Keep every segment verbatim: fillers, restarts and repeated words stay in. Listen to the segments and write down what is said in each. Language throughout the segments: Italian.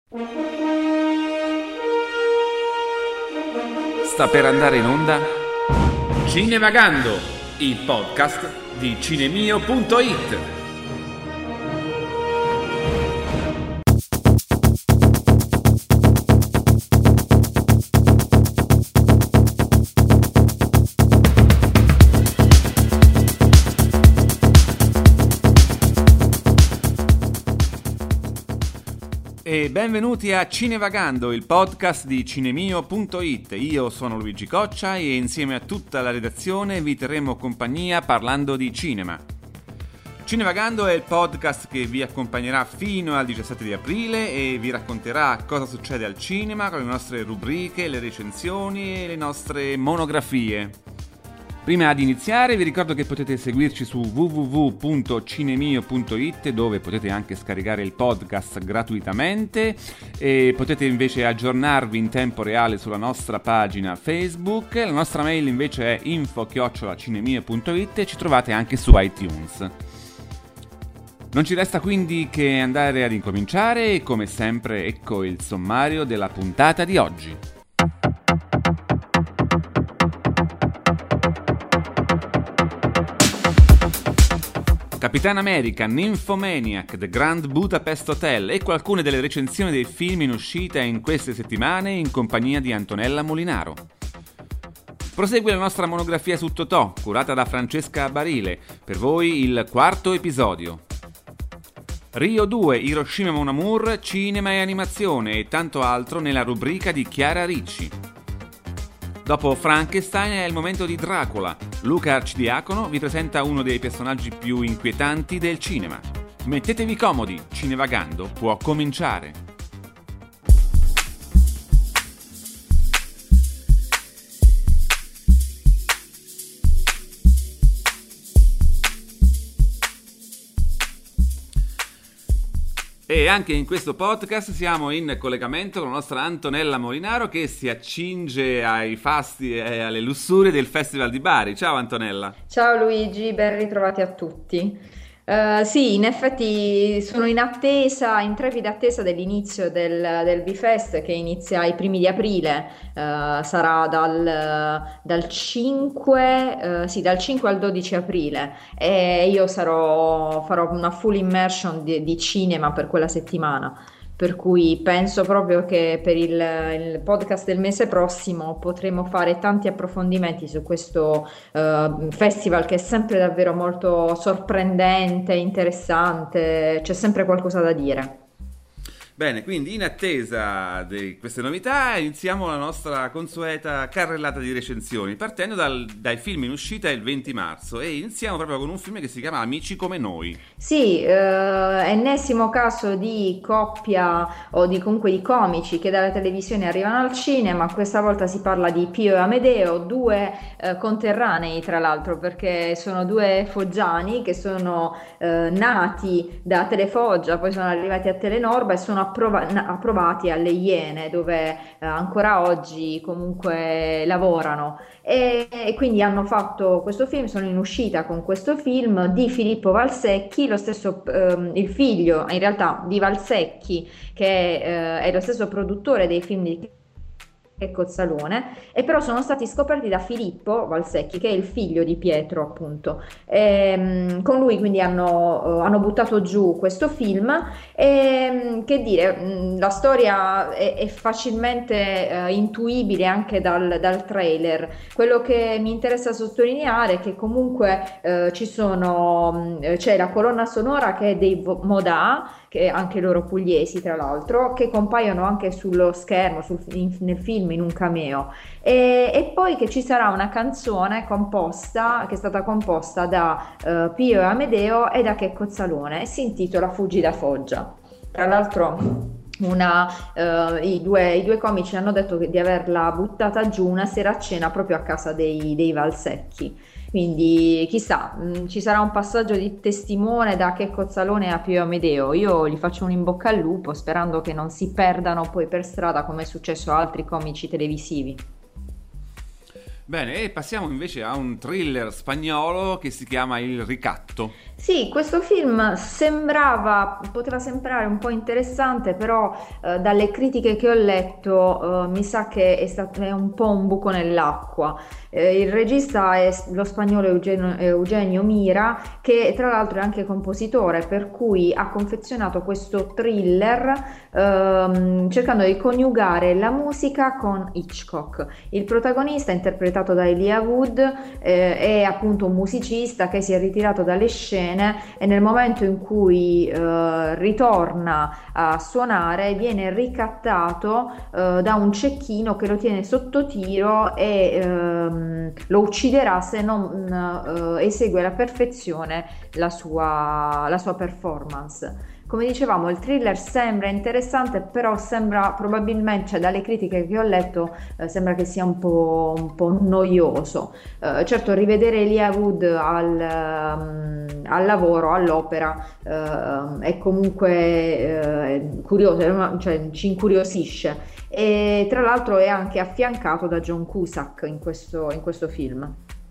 Sta per andare in onda Cinevagando, il podcast di cinemio punto it. E benvenuti a Cinevagando, il podcast di cinemio punto it. Io sono Luigi Coccia e insieme a tutta la redazione vi terremo compagnia parlando di cinema. Cinevagando è il podcast che vi accompagnerà fino al diciassette di aprile e vi racconterà cosa succede al cinema con le nostre rubriche, le recensioni e le nostre monografie. Prima di iniziare vi ricordo che potete seguirci su w w w punto cinemio punto it, dove potete anche scaricare il podcast gratuitamente, e potete invece aggiornarvi in tempo reale sulla nostra pagina Facebook. La nostra mail invece è info chiocciola cinemio punto it e ci trovate anche su iTunes. Non ci resta quindi che andare ad incominciare e come sempre ecco il sommario della puntata di oggi. Capitan America, Nymphomaniac, The Grand Budapest Hotel e qualcune delle recensioni dei film in uscita in queste settimane in compagnia di Antonella Molinaro. Prosegue la nostra monografia su Totò, curata da Francesca Barile, per voi il quarto episodio. Rio due, Hiroshima Mon Amour, cinema e animazione e tanto altro nella rubrica di Chiara Ricci. Dopo Frankenstein è il momento di Dracula. Luca Arcidiacono vi presenta uno dei personaggi più inquietanti del cinema. Mettetevi comodi, Cinevagando può cominciare. E anche in questo podcast siamo in collegamento con la nostra Antonella Molinaro che si accinge ai fasti e alle lussurie del Festival di Bari. Ciao Antonella. Ciao Luigi, ben ritrovati a tutti. Uh, sì, in effetti sono in attesa, in trepida attesa dell'inizio del, del B-Fest che inizia ai primi di aprile, uh, sarà dal, dal cinque, uh, sì, dal cinque al dodici aprile e io sarò, farò una full immersion di, di cinema per quella settimana. Per cui penso proprio che per il, il podcast del mese prossimo potremo fare tanti approfondimenti su questo uh, festival che è sempre davvero molto sorprendente, interessante, c'è sempre qualcosa da dire. Bene, quindi in attesa di queste novità iniziamo la nostra consueta carrellata di recensioni, partendo dal, dai film in uscita il venti marzo e iniziamo proprio con un film che si chiama Amici come noi. Sì, eh, ennesimo caso di coppia o di comunque di comici che dalla televisione arrivano al cinema. Questa volta si parla di Pio e Amedeo, due eh, conterranei tra l'altro, perché sono due foggiani che sono eh, nati da Telefoggia, poi sono arrivati a Telenorba e sono approva- approvati alle Iene, dove eh, ancora oggi comunque lavorano. E, e quindi hanno fatto questo film, sono in uscita con questo film di Filippo Valsecchi, lo stesso ehm, il figlio in realtà di Valsecchi, che eh, è lo stesso produttore dei film di e Cozzalone, e però sono stati scoperti da Filippo Valsecchi, che è il figlio di Pietro appunto. E, con lui quindi hanno, hanno buttato giù questo film e, che dire, la storia è, è facilmente uh, intuibile anche dal, dal trailer. Quello che mi interessa sottolineare è che comunque uh, ci sono, c'è la colonna sonora che è dei Modà, che anche loro pugliesi tra l'altro, che compaiono anche sullo schermo, sul, in, nel film in un cameo, e, e poi che ci sarà una canzone composta, che è stata composta da uh, Pio e Amedeo e da Checco Zalone, e si intitola Fuggi da Foggia. Tra l'altro una, uh, i, due, i due comici hanno detto che di averla buttata giù una sera a cena proprio a casa dei, dei Valsecchi. Quindi chissà, mh, ci sarà un passaggio di testimone da Checco Zalone a Pio Amedeo. Io gli faccio un in bocca al lupo, sperando che non si perdano poi per strada come è successo a altri comici televisivi. Bene, e passiamo invece a un thriller spagnolo che si chiama Il ricatto. Sì, questo film sembrava, poteva sembrare un po' interessante, però eh, dalle critiche che ho letto eh, mi sa che è stato è un po' un buco nell'acqua. Eh, il regista è s- lo spagnolo Eugenio, Eugenio Mira, che tra l'altro è anche compositore, per cui ha confezionato questo thriller ehm, cercando di coniugare la musica con Hitchcock. Il protagonista, interpretato da Elijah Wood, eh, è appunto un musicista che si è ritirato dalle scene e nel momento in cui eh, ritorna a suonare viene ricattato eh, da un cecchino che lo tiene sotto tiro e ehm, lo ucciderà se non eh, esegue alla perfezione la sua, la sua performance. Come dicevamo, il thriller sembra interessante, però sembra probabilmente, cioè dalle critiche che ho letto, eh, sembra che sia un po', un po' noioso. Eh, certo, rivedere Elijah Wood al, ehm, al lavoro, all'opera, ehm, è comunque eh, curioso, è una- cioè, ci incuriosisce. E tra l'altro è anche affiancato da John Cusack in questo, in questo film.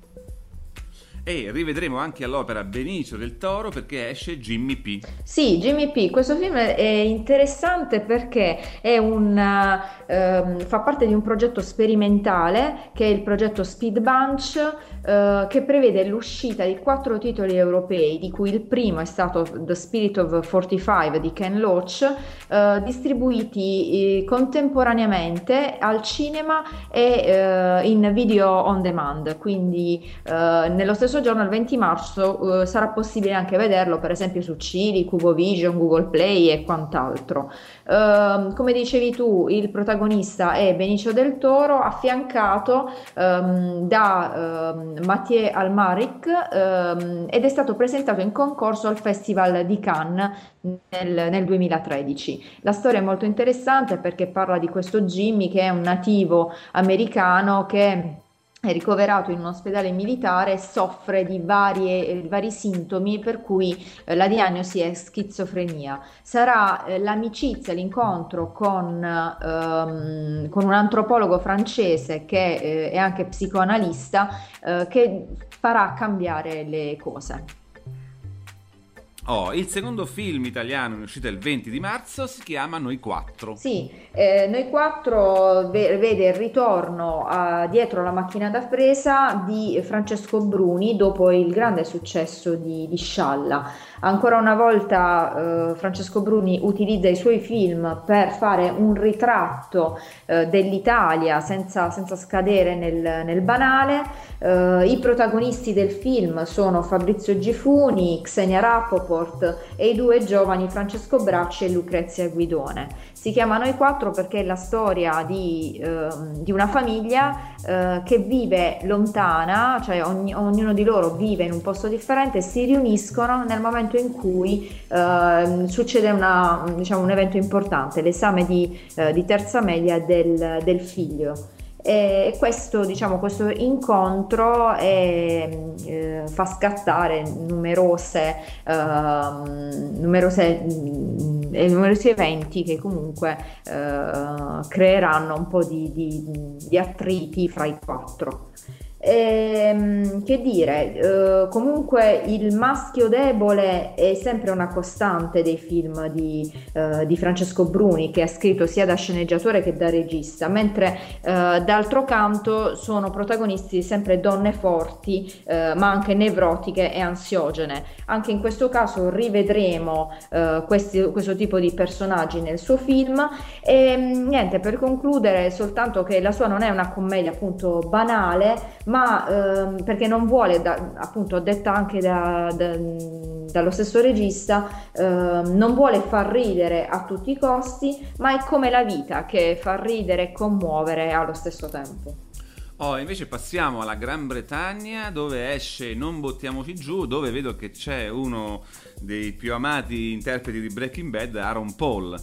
E rivedremo anche all'opera Benicio del Toro perché esce Jimmy P. Sì, Jimmy P, questo film è interessante perché è un, ehm, fa parte di un progetto sperimentale che è il progetto Speed Bunch, eh, che prevede l'uscita di quattro titoli europei, di cui il primo è stato The Spirit of quarantacinque di Ken Loach, eh, distribuiti eh, contemporaneamente al cinema e eh, in video on demand, quindi eh, nello stesso giorno, il venti marzo, eh, sarà possibile anche vederlo, per esempio su Cili, Cubo Vision, Google Play e quant'altro. Ehm, come dicevi tu, il protagonista è Benicio del Toro, affiancato ehm, da ehm, Mathieu Almaric, ehm, ed è stato presentato in concorso al Festival di Cannes nel, nel duemilatredici. La storia è molto interessante perché parla di questo Jimmy che è un nativo americano che è ricoverato in un ospedale militare e soffre di varie, eh, vari sintomi, per cui eh, la diagnosi è schizofrenia. Sarà eh, l'amicizia, l'incontro con, ehm, con un antropologo francese che eh, è anche psicoanalista, eh, che farà cambiare le cose. Oh, il secondo film italiano in uscita il venti di marzo si chiama Noi quattro. Sì, eh, Noi quattro ve- vede il ritorno a- dietro la macchina da presa di Francesco Bruni dopo il grande successo di, di Scialla. Ancora una volta eh, Francesco Bruni utilizza i suoi film per fare un ritratto eh, dell'Italia senza, senza scadere nel, nel banale. Eh, I protagonisti del film sono Fabrizio Gifuni, Xenia Rappaport e i due giovani Francesco Bracci e Lucrezia Guidone. Si chiama Noi quattro perché è la storia di, eh, di una famiglia eh, che vive lontana, cioè ogni- ognuno di loro vive in un posto differente e si riuniscono nel momento in cui eh, succede una, diciamo, un evento importante, l'esame di, eh, di terza media del, del figlio. E questo, diciamo, questo incontro è, eh, fa scattare numerose, ehm, numerose, mm, e numerosi eventi che comunque eh, creeranno un po' di, di- di attriti fra i quattro. Ehm, che dire, eh, comunque il maschio debole è sempre una costante dei film di, eh, di Francesco Bruni, che ha scritto sia da sceneggiatore che da regista, mentre eh, d'altro canto sono protagonisti sempre donne forti, eh, ma anche nevrotiche e ansiogene. Anche in questo caso rivedremo eh, questi- questo tipo di personaggi nel suo film. E mh, niente, per concludere, soltanto che la sua non è una commedia appunto banale, ma ehm, perché non vuole, da- appunto, detta anche da- da- dallo stesso regista, ehm, non vuole far ridere a tutti i costi, ma è come la vita che fa ridere e commuovere allo stesso tempo. Oh, invece passiamo alla Gran Bretagna dove esce Non buttiamoci giù, dove vedo che c'è uno dei più amati interpreti di Breaking Bad, Aaron Paul.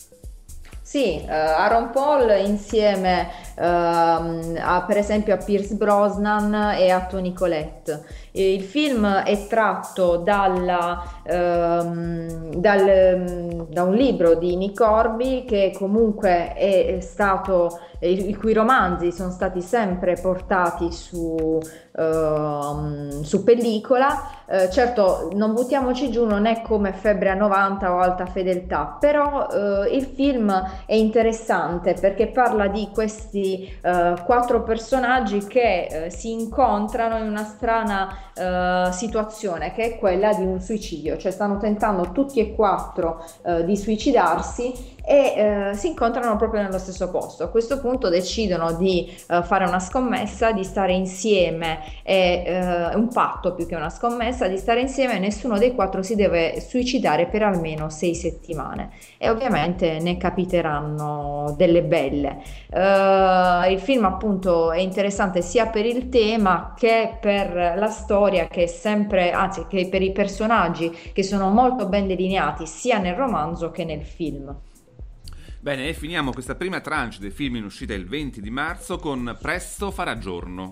Sì, eh, Aaron Paul insieme ehm, a, per esempio, a Pierce Brosnan e a Toni Collette. Eh, Il film è tratto dalla, ehm, dal- da un libro di Nick Horby che comunque è stato, i, i cui romanzi sono stati sempre portati su, ehm, su pellicola. Eh, certo, non buttiamoci giù, non è come Febbre a novanta o Alta Fedeltà, però eh, il film è interessante perché parla di questi eh, quattro personaggi che eh, si incontrano in una strana eh, situazione che è quella di un suicidio, cioè stanno tentando tutti e quattro eh, di suicidarsi e eh, si incontrano proprio nello stesso posto. A questo punto decidono di eh, fare una scommessa, di stare insieme, e, eh, un patto più che una scommessa, di stare insieme e nessuno dei quattro si deve suicidare per almeno sei settimane e ovviamente ne capiteranno delle belle. Eh, il film appunto è interessante sia per il tema che per la storia, che è sempre, anzi che per i personaggi che sono molto ben delineati sia nel romanzo che nel film. Bene, e finiamo questa prima tranche del film in uscita il venti di marzo con Presto farà giorno.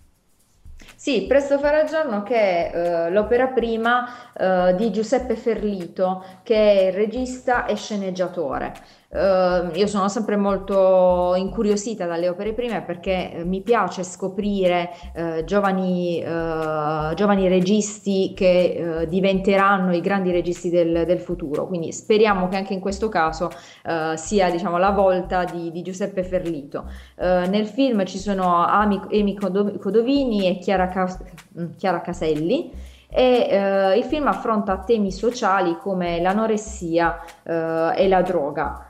Sì, Presto farà giorno, che è eh, l'opera prima eh, di Giuseppe Ferlito, che è regista e sceneggiatore. Eh, io sono sempre molto incuriosita dalle opere prime perché eh, mi piace scoprire eh, giovani, eh, giovani registi che eh, diventeranno i grandi registi del, del futuro. Quindi speriamo che anche in questo caso eh, sia, diciamo, la volta di, di Giuseppe Ferlito. Eh, nel film ci sono Ami, Amy Codo- Codovini e Chiara, Ca- Chiara Caselli e eh, il film affronta temi sociali come l'anoressia eh, e la droga.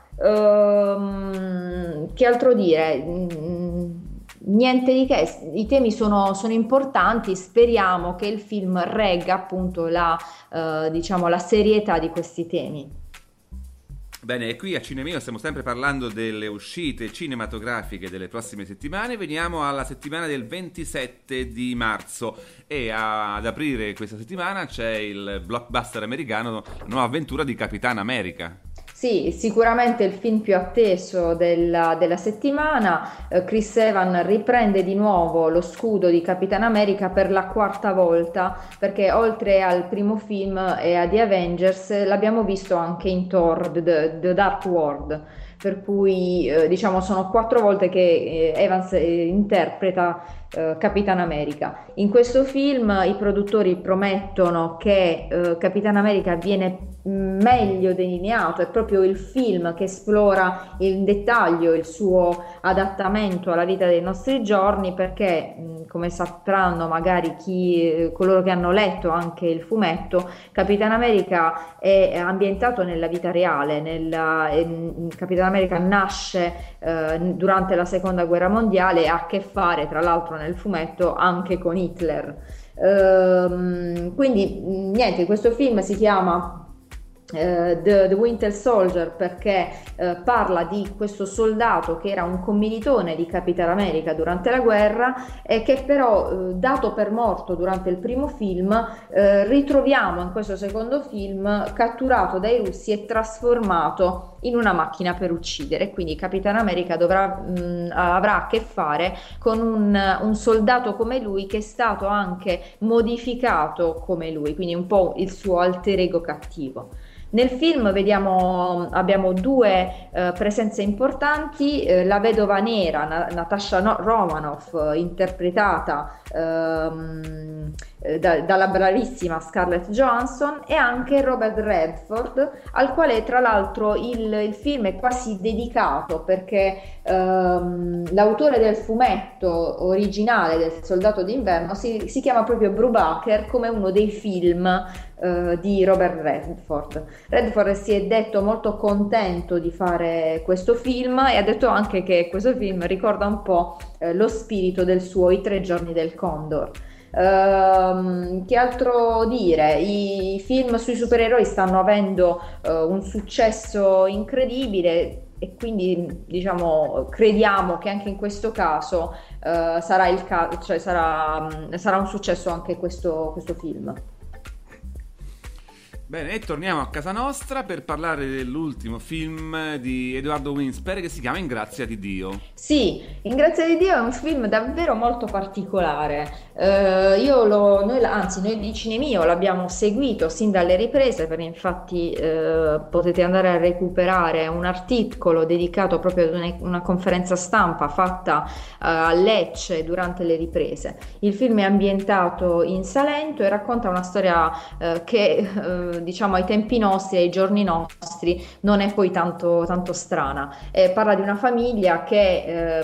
Ehm, che altro dire? Mm, Niente di che, i temi sono, sono importanti, speriamo che il film regga appunto la, eh, diciamo, la serietà di questi temi. Bene, e qui a Cinemio stiamo sempre parlando delle uscite cinematografiche delle prossime settimane. Veniamo alla settimana del ventisette di marzo e a- ad aprire questa settimana c'è il blockbuster americano, la nuova avventura di Capitan America. Sì, sicuramente il film più atteso della, della settimana. Eh, Chris Evans riprende di nuovo lo scudo di Capitan America per la quarta volta, perché oltre al primo film e a The Avengers l'abbiamo visto anche in Thor, The, The Dark World, per cui eh, diciamo sono quattro volte che eh, Evans eh, interpreta eh, Capitan America. In questo film i produttori promettono che eh, Capitan America viene meglio delineato, è proprio il film che esplora in dettaglio il suo adattamento alla vita dei nostri giorni, perché mh, come sapranno magari chi, coloro che hanno letto anche il fumetto, Capitan America è ambientato nella vita reale. Nella, eh, Capitan America nasce eh, durante la seconda guerra mondiale e ha a che fare tra l'altro nel fumetto anche con Hitler. Ehm, quindi niente, questo film si chiama Uh, The, The Winter Soldier perché uh, parla di questo soldato che era un commilitone di Capitan America durante la guerra e che però uh, dato per morto durante il primo film uh, ritroviamo in questo secondo film catturato dai russi e trasformato in una macchina per uccidere. Quindi Capitan America dovrà, mh, avrà a che fare con un, un soldato come lui che è stato anche modificato come lui, quindi un po' il suo alter ego cattivo. Nel film vediamo, abbiamo due eh, presenze importanti, eh, la vedova nera Na- Natasha no- Romanoff, eh, interpretata ehm, eh, da- dalla bravissima Scarlett Johansson, e anche Robert Redford, al quale tra l'altro il, il film è quasi dedicato perché ehm, l'autore del fumetto originale del Soldato d'Inverno si, si chiama proprio Brubaker, come uno dei film Uh, di Robert Redford. Redford si è detto molto contento di fare questo film e ha detto anche che questo film ricorda un po' uh, lo spirito del suo I tre giorni del Condor. Uh, che altro dire? I, i film sui supereroi stanno avendo uh, un successo incredibile e quindi diciamo crediamo che anche in questo caso uh, sarà, il ca- cioè sarà, um, sarà un successo anche questo, questo film. Bene, e torniamo a casa nostra per parlare dell'ultimo film di Edoardo Winsper che si chiama In grazia di Dio. Sì, In grazia di Dio è un film davvero molto particolare. Eh, io lo, noi, anzi, noi di Cinemio l'abbiamo seguito sin dalle riprese, perché infatti eh, potete andare a recuperare un articolo dedicato proprio ad una, una conferenza stampa fatta eh, a Lecce durante le riprese. Il film è ambientato in Salento e racconta una storia eh, che eh, diciamo ai tempi nostri, ai giorni nostri, non è poi tanto, tanto strana. Eh, parla di una famiglia che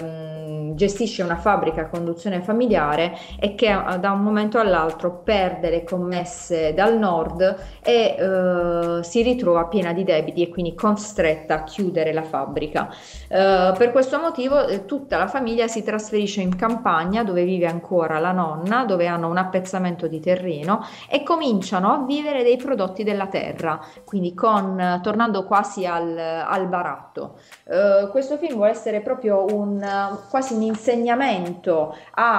ehm, gestisce una fabbrica a conduzione familiare e che eh, da un momento all'altro perde le commesse dal nord e eh, si ritrova piena di debiti e quindi costretta a chiudere la fabbrica. Eh, per questo motivo eh, tutta la famiglia si trasferisce in campagna dove vive ancora la nonna, dove hanno un appezzamento di terreno e cominciano a vivere dei prodotti della terra, quindi con, tornando quasi al, al baratto. Uh, questo film vuole essere proprio un, quasi un insegnamento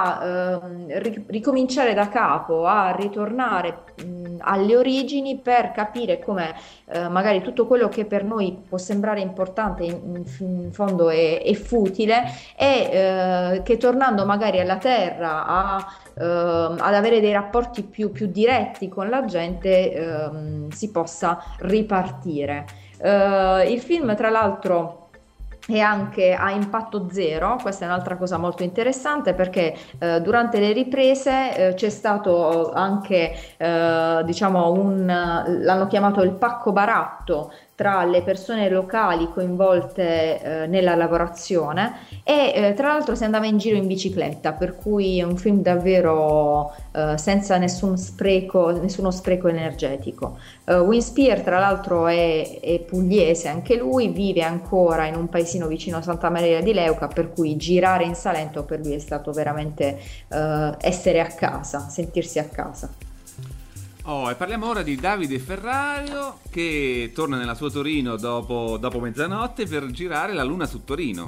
a uh, ri- ricominciare da capo, a ritornare mh, alle origini per capire come uh, magari tutto quello che per noi può sembrare importante in, in fondo è, è futile e uh, che tornando magari alla terra a Uh, ad avere dei rapporti più, più diretti con la gente uh, si possa ripartire. Uh, il film, tra l'altro, è anche a impatto zero. Questa è un'altra cosa molto interessante perché eh, durante le riprese eh, c'è stato anche eh, diciamo un l'hanno chiamato il pacco baratto tra le persone locali coinvolte eh, nella lavorazione e eh, tra l'altro si andava in giro in bicicletta, per cui è un film davvero eh, senza nessun spreco, nessuno spreco energetico. Uh, Winspear tra l'altro è, è pugliese anche lui, vive ancora in un paesino vicino a Santa Maria di Leuca, per cui girare in Salento per lui è stato veramente uh, essere a casa, sentirsi a casa. Oh, e parliamo ora di Davide Ferrario che torna nella sua Torino dopo, dopo mezzanotte per girare La Luna su Torino.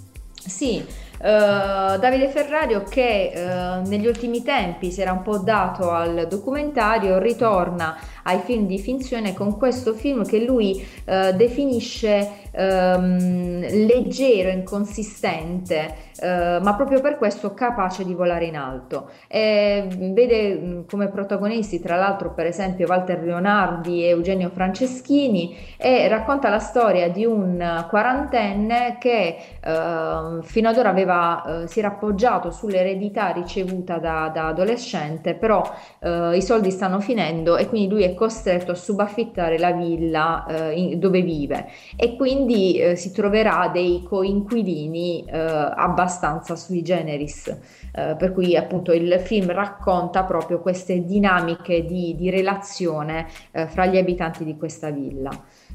Sì, uh, Davide Ferrario che uh, negli ultimi tempi si era un po' dato al documentario, ritorna ai film di finzione con questo film che lui uh, definisce um, leggero, inconsistente, uh, ma proprio per questo capace di volare in alto. E vede mh, come protagonisti tra l'altro per esempio Walter Leonardi e Eugenio Franceschini e racconta la storia di un quarantenne che uh, fino ad ora aveva, uh, si era appoggiato sull'eredità ricevuta da, da adolescente, però uh, i soldi stanno finendo e quindi lui è costretto a subaffittare la villa uh, in, dove vive e quindi uh, si troverà dei coinquilini uh, abbastanza sui generis, uh, per cui appunto il film racconta proprio queste dinamiche di, di relazione uh, fra gli abitanti di questa villa.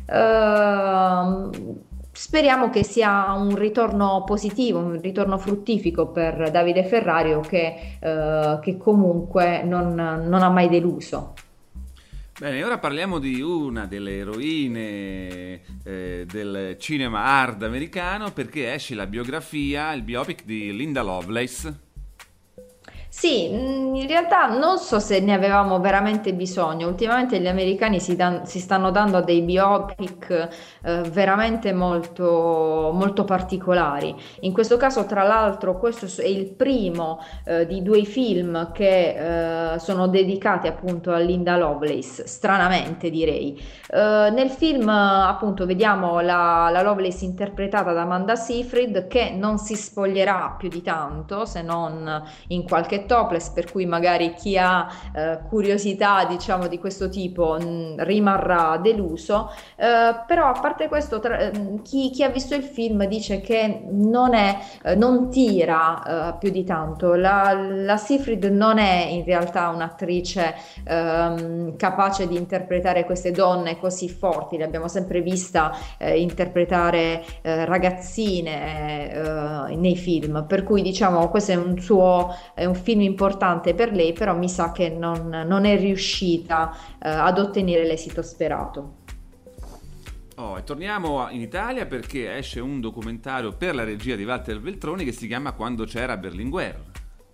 Uh, Speriamo che sia un ritorno positivo, un ritorno fruttifico per Davide Ferrario che, eh, che comunque non, non ha mai deluso. Bene, ora parliamo di una delle eroine eh, del cinema hard americano perché esce la biografia, il biopic di Linda Lovelace. Sì, in realtà non so se ne avevamo veramente bisogno. Ultimamente gli americani si, dan- si stanno dando a dei biopic eh, veramente molto, molto particolari. In questo caso, tra l'altro, questo è il primo eh, di due film che eh, sono dedicati appunto a Linda Lovelace, stranamente direi. Eh, nel film appunto vediamo la, la Lovelace interpretata da Amanda Seyfried che non si spoglierà più di tanto se non in qualche topless, per cui magari chi ha eh, curiosità diciamo di questo tipo mh, rimarrà deluso, eh, però a parte questo tra, chi, chi ha visto il film dice che non è eh, non tira eh, più di tanto. La, la Seyfried non è in realtà un'attrice ehm, capace di interpretare queste donne così forti, l'abbiamo sempre vista eh, interpretare eh, ragazzine eh, nei film, per cui diciamo questo è un suo è un film importante per lei, però mi sa che non, non è riuscita eh, ad ottenere l'esito sperato. Oh, e torniamo in Italia perché esce un documentario per la regia di Walter Veltroni che si chiama Quando c'era Berlinguer.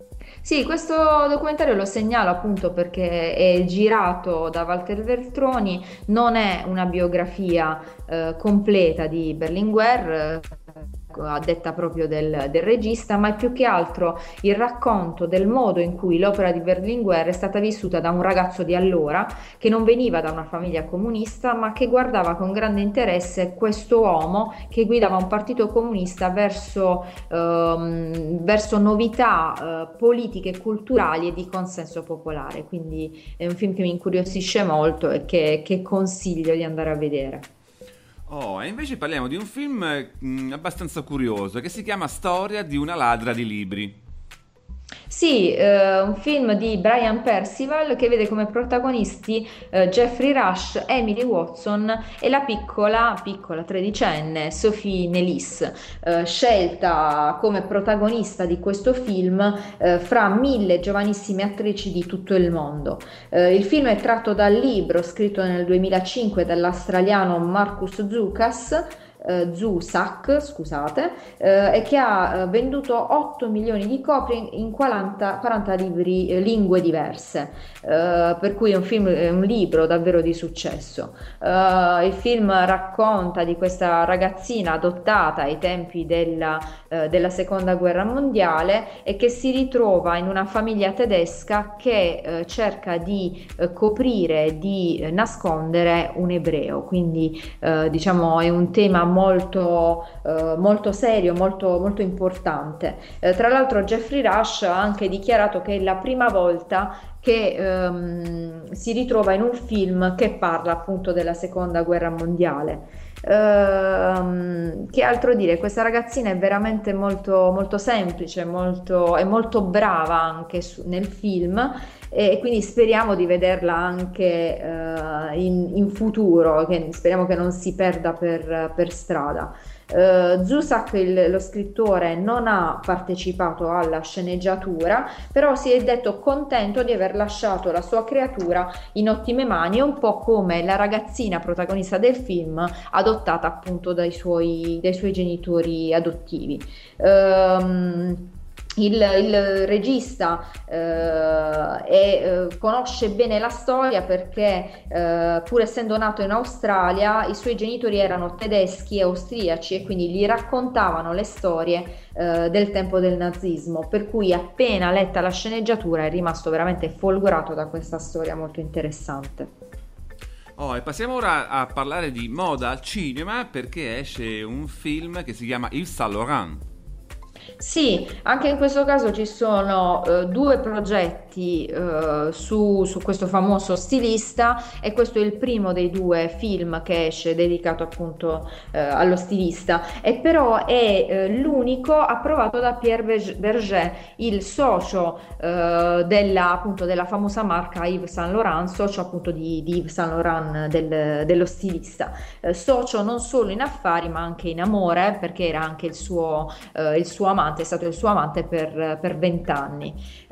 Sì, questo documentario lo segnalo appunto perché è girato da Walter Veltroni, non è una biografia eh, completa di Berlinguer, eh, a detta proprio del, del regista, ma è più che altro il racconto del modo in cui l'opera di Berlinguer è stata vissuta da un ragazzo di allora che non veniva da una famiglia comunista, ma che guardava con grande interesse questo uomo che guidava un partito comunista verso, ehm, verso novità eh, politiche e culturali e di consenso popolare. Quindi è un film che mi incuriosisce molto e che, che consiglio di andare a vedere. Oh, e invece parliamo di un film mh, abbastanza curioso che si chiama Storia di una ladra di libri. Sì, eh, un film di Brian Percival che vede come protagonisti eh, Jeffrey Rush, Emily Watson e la piccola, piccola tredicenne Sophie Nellis, eh, scelta come protagonista di questo film eh, fra mille giovanissime attrici di tutto il mondo. Eh, il film è tratto dal libro scritto nel duemilacinque dall'australiano Marcus Zukas, eh, Zusak, scusate, eh, e che ha eh, venduto otto milioni di copie in, in quaranta, quaranta libri, eh, lingue diverse, eh, per cui è un film, è un libro davvero di successo. Eh, il film racconta di questa ragazzina adottata ai tempi della, eh, della seconda guerra mondiale e che si ritrova in una famiglia tedesca che eh, cerca di eh, coprire, di eh, nascondere un ebreo, quindi eh, diciamo è un tema molto, eh, molto serio, molto, molto importante. Eh, tra l'altro Jeffrey Rush ha anche dichiarato che è la prima volta che ehm, si ritrova in un film che parla appunto della seconda guerra mondiale. Ehm, che altro dire? Questa ragazzina è veramente molto, molto semplice, molto, è molto brava anche su- nel film e quindi speriamo di vederla anche eh, in, in futuro, che speriamo che non si perda per, per strada. Uh, Zusak, il- lo scrittore, non ha partecipato alla sceneggiatura, però si è detto contento di aver lasciato la sua creatura in ottime mani, un po' come la ragazzina protagonista del film, adottata appunto dai suoi, dai suoi genitori adottivi. Ehm, il, il regista eh, è, eh, conosce bene la storia perché eh, pur essendo nato in Australia i suoi genitori erano tedeschi e austriaci e quindi gli raccontavano le storie eh, del tempo del nazismo, per cui appena letta la sceneggiatura è rimasto veramente folgorato da questa storia molto interessante. Oh, e passiamo ora a parlare di moda al cinema perché esce un film che si chiama Yves Saint Laurent. Sì, anche in questo caso ci sono eh, due progetti eh, su, su questo famoso stilista e questo è il primo dei due film che esce dedicato appunto eh, allo stilista e però è eh, l'unico approvato da Pierre Berge- Berger, il socio eh, della, appunto, della famosa marca Yves Saint Laurent, socio appunto di, di Yves Saint Laurent del- dello stilista, eh, socio non solo in affari ma anche in amore perché era anche il suo, eh, il suo amante, è stato il suo amante per, per vent'anni.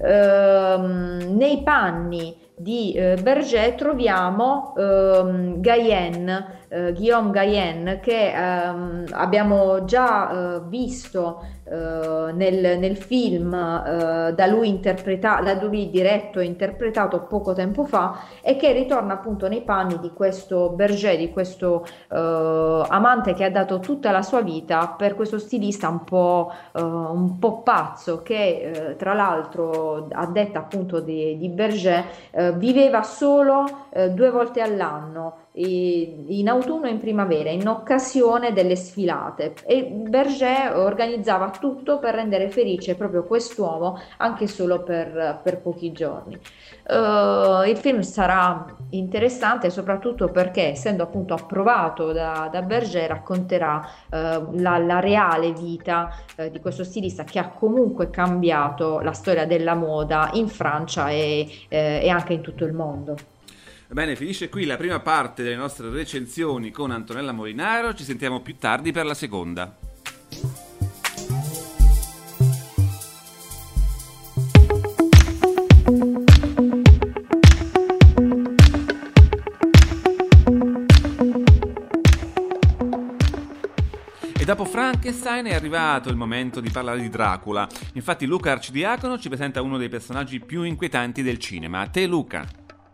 Ehm, nei panni di eh, Berger troviamo ehm, Gayen, eh, Guillaume Gayen, che ehm, abbiamo già eh, visto eh, nel, nel film eh, da lui interpretato, da lui diretto e interpretato poco tempo fa e che ritorna appunto nei panni di questo Berger, di questo eh, amante che ha dato tutta la sua vita per questo stilista un po', eh, un po' pazzo che eh, tra l'altro a detta appunto di, di Berger eh, viveva solo eh, due volte all'anno, in autunno e in primavera, in occasione delle sfilate e Berger organizzava tutto per rendere felice proprio quest'uomo anche solo per, per pochi giorni. Uh, il film sarà interessante soprattutto perché essendo appunto approvato da, da Berger racconterà uh, la, la reale vita uh, di questo stilista che ha comunque cambiato la storia della moda in Francia e, eh, e anche in tutto il mondo. Bene, finisce qui la prima parte delle nostre recensioni con Antonella Molinaro, ci sentiamo più tardi per la seconda. E dopo Frankenstein è arrivato il momento di parlare di Dracula. Infatti Luca Arcidiacono ci presenta uno dei personaggi più inquietanti del cinema. A te, Luca.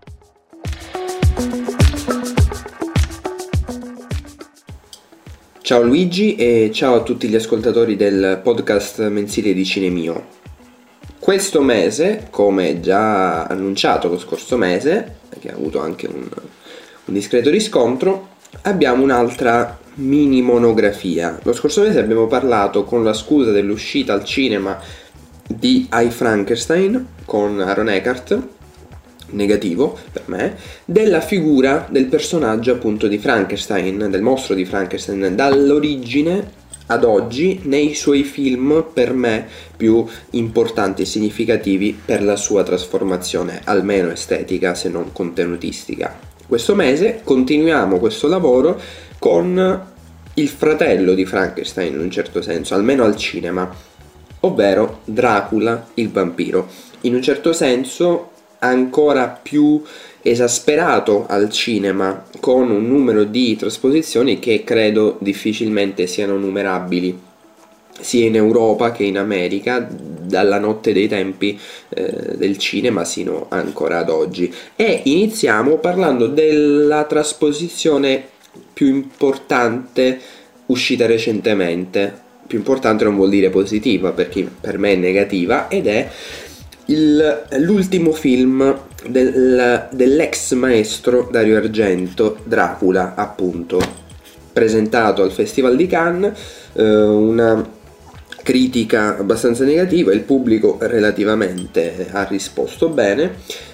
Ciao Luigi e ciao a tutti gli ascoltatori del podcast mensile di Cinemio. Questo mese, come già annunciato lo scorso mese, che ha avuto anche un, un discreto riscontro, abbiamo un'altra mini monografia. Lo scorso mese abbiamo parlato, con la scusa dell'uscita al cinema di I, Frankenstein con Aaron Eckhart, negativo per me, della figura del personaggio appunto di Frankenstein, del mostro di Frankenstein, dall'origine ad oggi nei suoi film per me più importanti e significativi per la sua trasformazione, almeno estetica se non contenutistica. Questo mese continuiamo questo lavoro con il fratello di Frankenstein in un certo senso, almeno al cinema, ovvero Dracula il vampiro, in un certo senso ancora più esasperato al cinema, con un numero di trasposizioni che credo difficilmente siano numerabili sia in Europa che in America dalla notte dei tempi eh, del cinema sino ancora ad oggi. E iniziamo parlando della trasposizione più importante uscita recentemente. Più importante non vuol dire positiva, perché per me è negativa, ed è Il, l'ultimo film del, dell'ex maestro Dario Argento, Dracula, appunto, presentato al Festival di Cannes, eh, una critica abbastanza negativa, il pubblico relativamente ha risposto bene.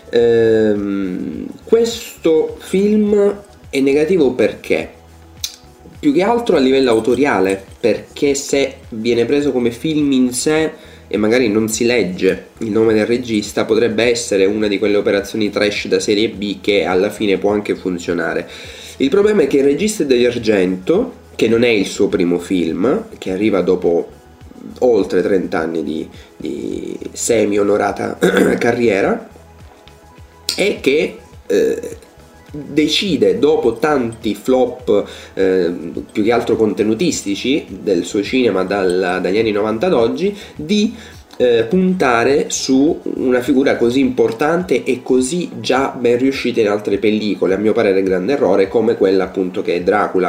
Ehm, questo film è negativo perché? Più che altro a livello autoriale, perché se viene preso come film in sé e magari non si legge il nome del regista, potrebbe essere una di quelle operazioni trash da serie B che alla fine può anche funzionare. Il problema è che il regista è Dario Argento, che non è il suo primo film, che arriva dopo oltre trenta anni di, di semi-onorata carriera, e che eh, decide, dopo tanti flop eh, più che altro contenutistici del suo cinema dal, dagli anni novanta ad oggi, di eh, puntare su una figura così importante e così già ben riuscita in altre pellicole, a mio parere grande errore, come quella appunto che è Dracula.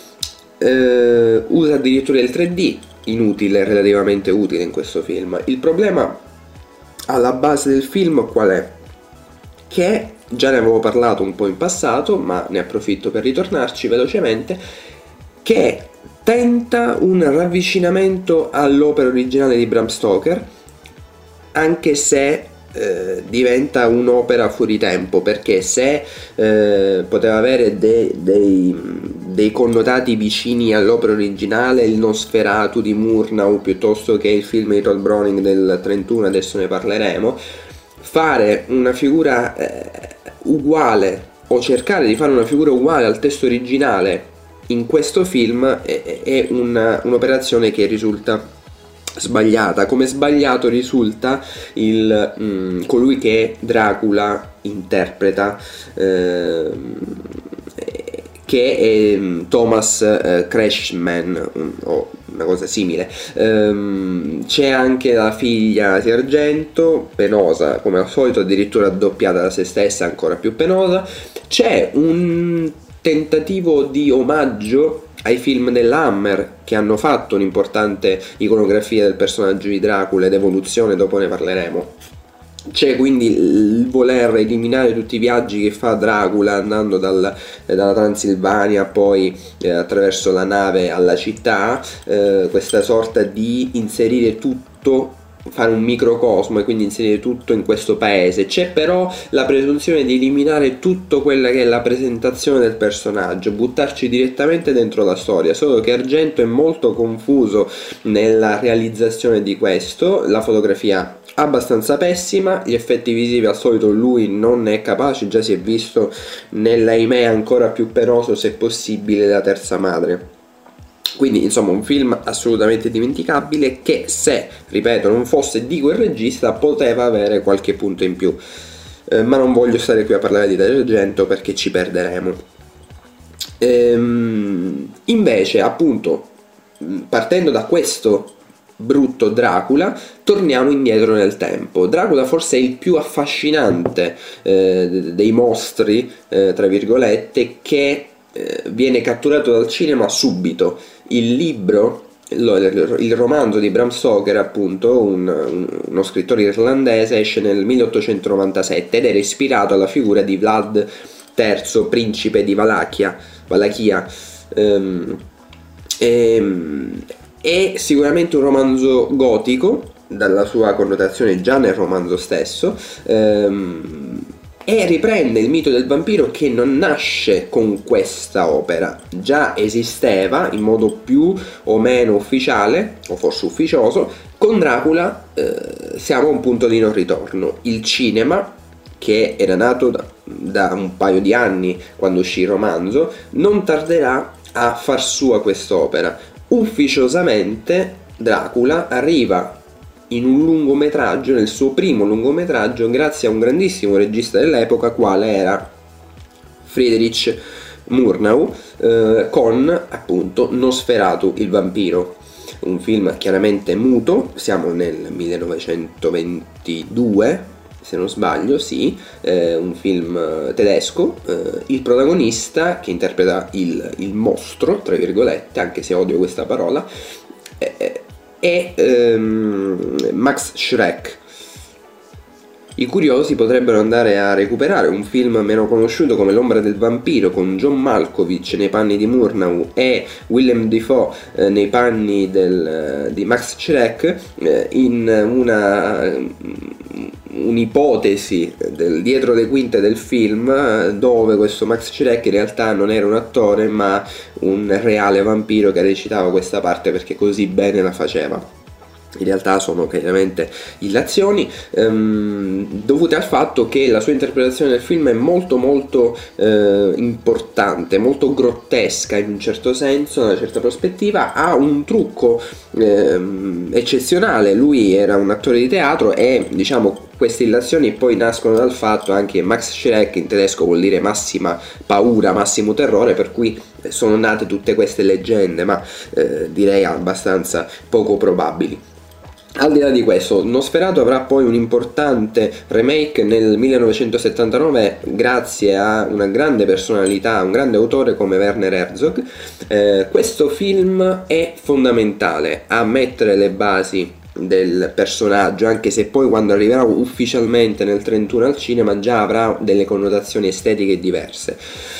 Eh, usa addirittura il tre D, inutile, relativamente utile in questo film. Il problema alla base del film qual è? Che già ne avevo parlato un po' in passato, ma ne approfitto per ritornarci velocemente, che tenta un ravvicinamento all'opera originale di Bram Stoker, anche se eh, diventa un'opera fuori tempo, perché se eh, poteva avere de- dei, dei connotati vicini all'opera originale, il Nosferatu di Murnau piuttosto che il film di Todd Browning del trentuno, adesso ne parleremo, fare una figura eh, uguale o cercare di fare una figura uguale al testo originale in questo film è, è una, un'operazione che risulta sbagliata, come sbagliato risulta il, mh, colui che Dracula interpreta, eh, che è Thomas eh, Kretschmann o una cosa simile. Ehm, c'è anche la figlia di Argento, penosa come al solito, addirittura doppiata da se stessa, ancora più penosa. C'è un tentativo di omaggio ai film dell'Hammer, che hanno fatto un'importante iconografia del personaggio di Dracula ed evoluzione, dopo ne parleremo. C'è quindi il voler eliminare tutti i viaggi che fa Dracula andando dal, eh, dalla Transilvania poi eh, attraverso la nave alla città, eh, questa sorta di inserire tutto, fare un microcosmo e quindi inserire tutto in questo paese. C'è però la presunzione di eliminare tutto quella che è la presentazione del personaggio, buttarci direttamente dentro la storia, solo che Argento è molto confuso nella realizzazione di questo, la fotografia abbastanza pessima, gli effetti visivi al solito lui non è capace, già si è visto nell'ahimè ancora più penoso se possibile La terza madre. Quindi insomma un film assolutamente dimenticabile che, se ripeto non fosse di quel regista, poteva avere qualche punto in più, eh, ma non voglio stare qui a parlare di Dario Argento perché ci perderemo. Ehm, invece appunto partendo da questo brutto Dracula, torniamo indietro nel tempo. Dracula forse è il più affascinante eh, dei mostri, eh, tra virgolette, che eh, viene catturato dal cinema subito. Il libro, il romanzo di Bram Stoker, appunto, un, un, uno scrittore irlandese, esce nel milleottocentonovantasette ed era ispirato alla figura di Vlad terzo, principe di Valachia, Valachia. Um, ehm, È sicuramente un romanzo gotico, dalla sua connotazione già nel romanzo stesso, ehm, e riprende il mito del vampiro che non nasce con questa opera, già esisteva in modo più o meno ufficiale, o forse ufficioso. Con Dracula eh, siamo a un punto di non ritorno. Il cinema, che era nato da, da un paio di anni quando uscì il romanzo, non tarderà a far sua quest'opera. Ufficiosamente Dracula arriva in un lungometraggio, nel suo primo lungometraggio, grazie a un grandissimo regista dell'epoca quale era Friedrich Murnau, eh, con appunto Nosferatu il vampiro, un film chiaramente muto. Siamo nel millenovecentoventidue, se non sbaglio, sì, eh, un film tedesco. Eh, il protagonista, che interpreta il, il mostro, tra virgolette, anche se odio questa parola, è, è ehm, Max Schreck. I curiosi potrebbero andare a recuperare un film meno conosciuto come L'ombra del vampiro, con John Malkovich nei panni di Murnau e Willem Dafoe eh, nei panni del, di Max Schreck, eh, in una un'ipotesi del dietro le quinte del film, dove questo Max Schreck in realtà non era un attore ma un reale vampiro che recitava questa parte perché così bene la faceva. In realtà sono chiaramente illazioni ehm, dovute al fatto che la sua interpretazione del film è molto molto eh, importante, molto grottesca in un certo senso, da una certa prospettiva. Ha un trucco ehm, eccezionale. Lui era un attore di teatro e, diciamo, queste illazioni poi nascono dal fatto anche che Max Schreck in tedesco vuol dire massima paura, massimo terrore, per cui sono nate tutte queste leggende, ma eh, direi abbastanza poco probabili. Al di là di questo, Nosferatu avrà poi un importante remake nel millenovecentosettantanove grazie a una grande personalità, un grande autore come Werner Herzog. Eh, questo film è fondamentale a mettere le basi del personaggio, anche se poi quando arriverà ufficialmente nel trentuno al cinema già avrà delle connotazioni estetiche diverse.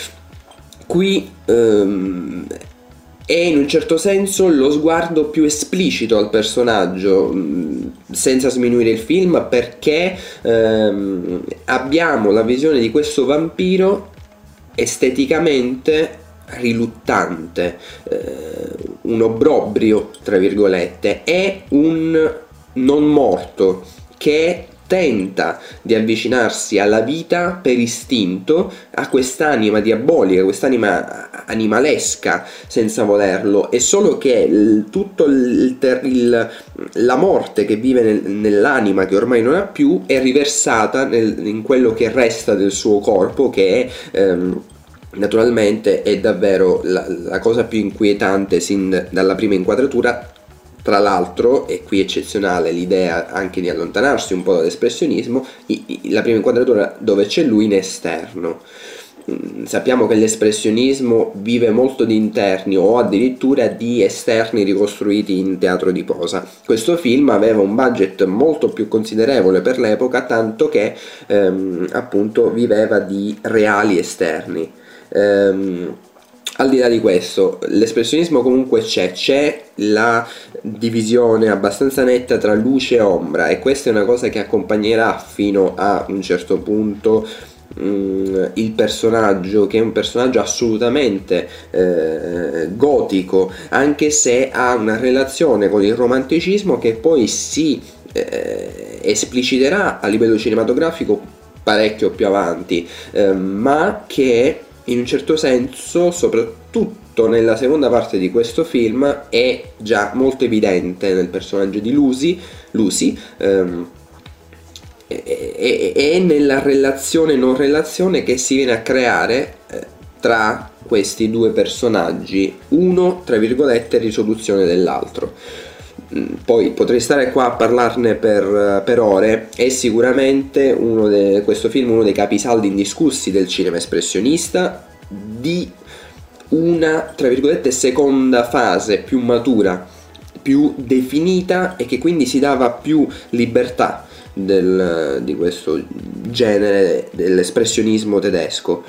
Qui ehm, è in un certo senso lo sguardo più esplicito al personaggio, senza sminuire il film, perché ehm, abbiamo la visione di questo vampiro esteticamente riluttante, eh, un obbrobrio tra virgolette, è un non morto che tenta di avvicinarsi alla vita per istinto, a quest'anima diabolica, quest'anima animalesca senza volerlo. È solo che il, tutto il, il, la morte che vive nel, nell'anima, che ormai non ha più, è riversata nel, in quello che resta del suo corpo, che è ehm, naturalmente è davvero la, la cosa più inquietante sin dalla prima inquadratura. Tra l'altro, e qui eccezionale l'idea anche di allontanarsi un po' dall'espressionismo, la prima inquadratura dove c'è lui in esterno. Sappiamo che l'espressionismo vive molto di interni o addirittura di esterni ricostruiti in teatro di posa. Questo film aveva un budget molto più considerevole per l'epoca, tanto che ehm, appunto viveva di reali esterni. Ehm, Al di là di questo, l'espressionismo comunque c'è, c'è la divisione abbastanza netta tra luce e ombra, e questa è una cosa che accompagnerà fino a un certo punto mh, il personaggio, che è un personaggio assolutamente eh, gotico, anche se ha una relazione con il romanticismo che poi si eh, espliciterà a livello cinematografico parecchio più avanti, eh, ma che in un certo senso, soprattutto nella seconda parte di questo film, è già molto evidente nel personaggio di Lucy, Lucy ehm, e, e, e nella relazione non relazione che si viene a creare eh, tra questi due personaggi, uno tra virgolette risoluzione dell'altro. Poi potrei stare qua a parlarne per, per ore. È sicuramente uno de, questo film uno dei capisaldi indiscussi del cinema espressionista, di una tra virgolette seconda fase più matura, più definita, e che quindi si dava più libertà del, di questo genere dell'espressionismo tedesco.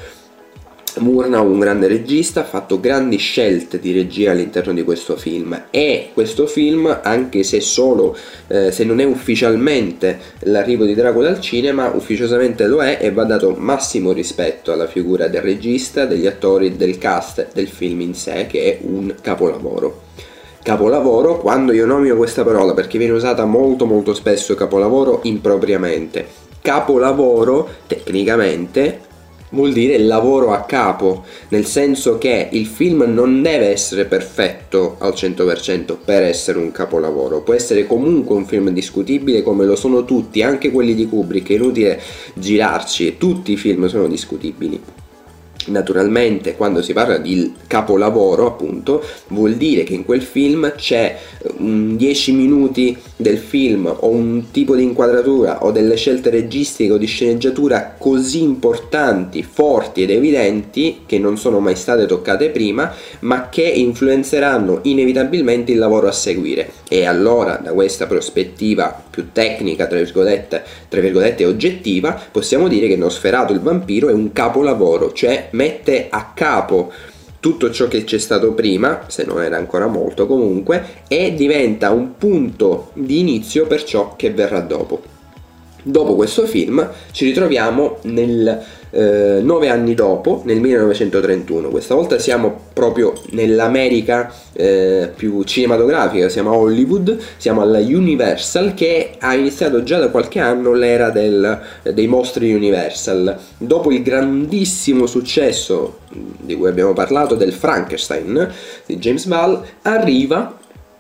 Murnau, un grande regista, ha fatto grandi scelte di regia all'interno di questo film, e questo film, anche se solo eh, se non è ufficialmente l'arrivo di Dracula al cinema, ufficiosamente lo è, e va dato massimo rispetto alla figura del regista, degli attori, del cast del film in sé, che è un capolavoro. Capolavoro, quando io nomino questa parola, perché viene usata molto molto spesso capolavoro impropriamente. Capolavoro tecnicamente vuol dire lavoro a capo, nel senso che il film non deve essere perfetto al cento per cento per essere un capolavoro. Può essere comunque un film discutibile, come lo sono tutti, anche quelli di Kubrick, è inutile girarci, tutti i film sono discutibili. Naturalmente, quando si parla di capolavoro, appunto, vuol dire che in quel film c'è un dieci minuti del film, o un tipo di inquadratura, o delle scelte registiche o di sceneggiatura così importanti, forti ed evidenti, che non sono mai state toccate prima, ma che influenzeranno inevitabilmente il lavoro a seguire. E allora, da questa prospettiva più tecnica, tra virgolette, tra virgolette oggettiva, possiamo dire che Nosferatu il vampiro è un capolavoro, cioè mette a capo tutto ciò che c'è stato prima, se non era ancora molto comunque, e diventa un punto di inizio per ciò che verrà dopo. Dopo questo film ci ritroviamo nel eh, nove anni dopo, nel millenovecentotrentuno. Questa volta siamo proprio nell'America eh, più cinematografica, siamo a Hollywood, siamo alla Universal, che ha iniziato già da qualche anno l'era del, dei mostri Universal. Dopo il grandissimo successo di cui abbiamo parlato, del Frankenstein di James Whale, arriva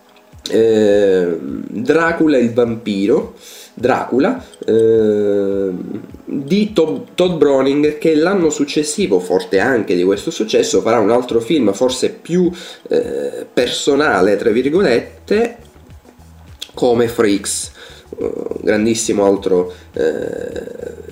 eh, Dracula il vampiro, Dracula eh, di Todd, Todd Browning, che l'anno successivo, forte anche di questo successo, farà un altro film forse più eh, personale, tra virgolette, come Freaks, uh, grandissimo altro eh,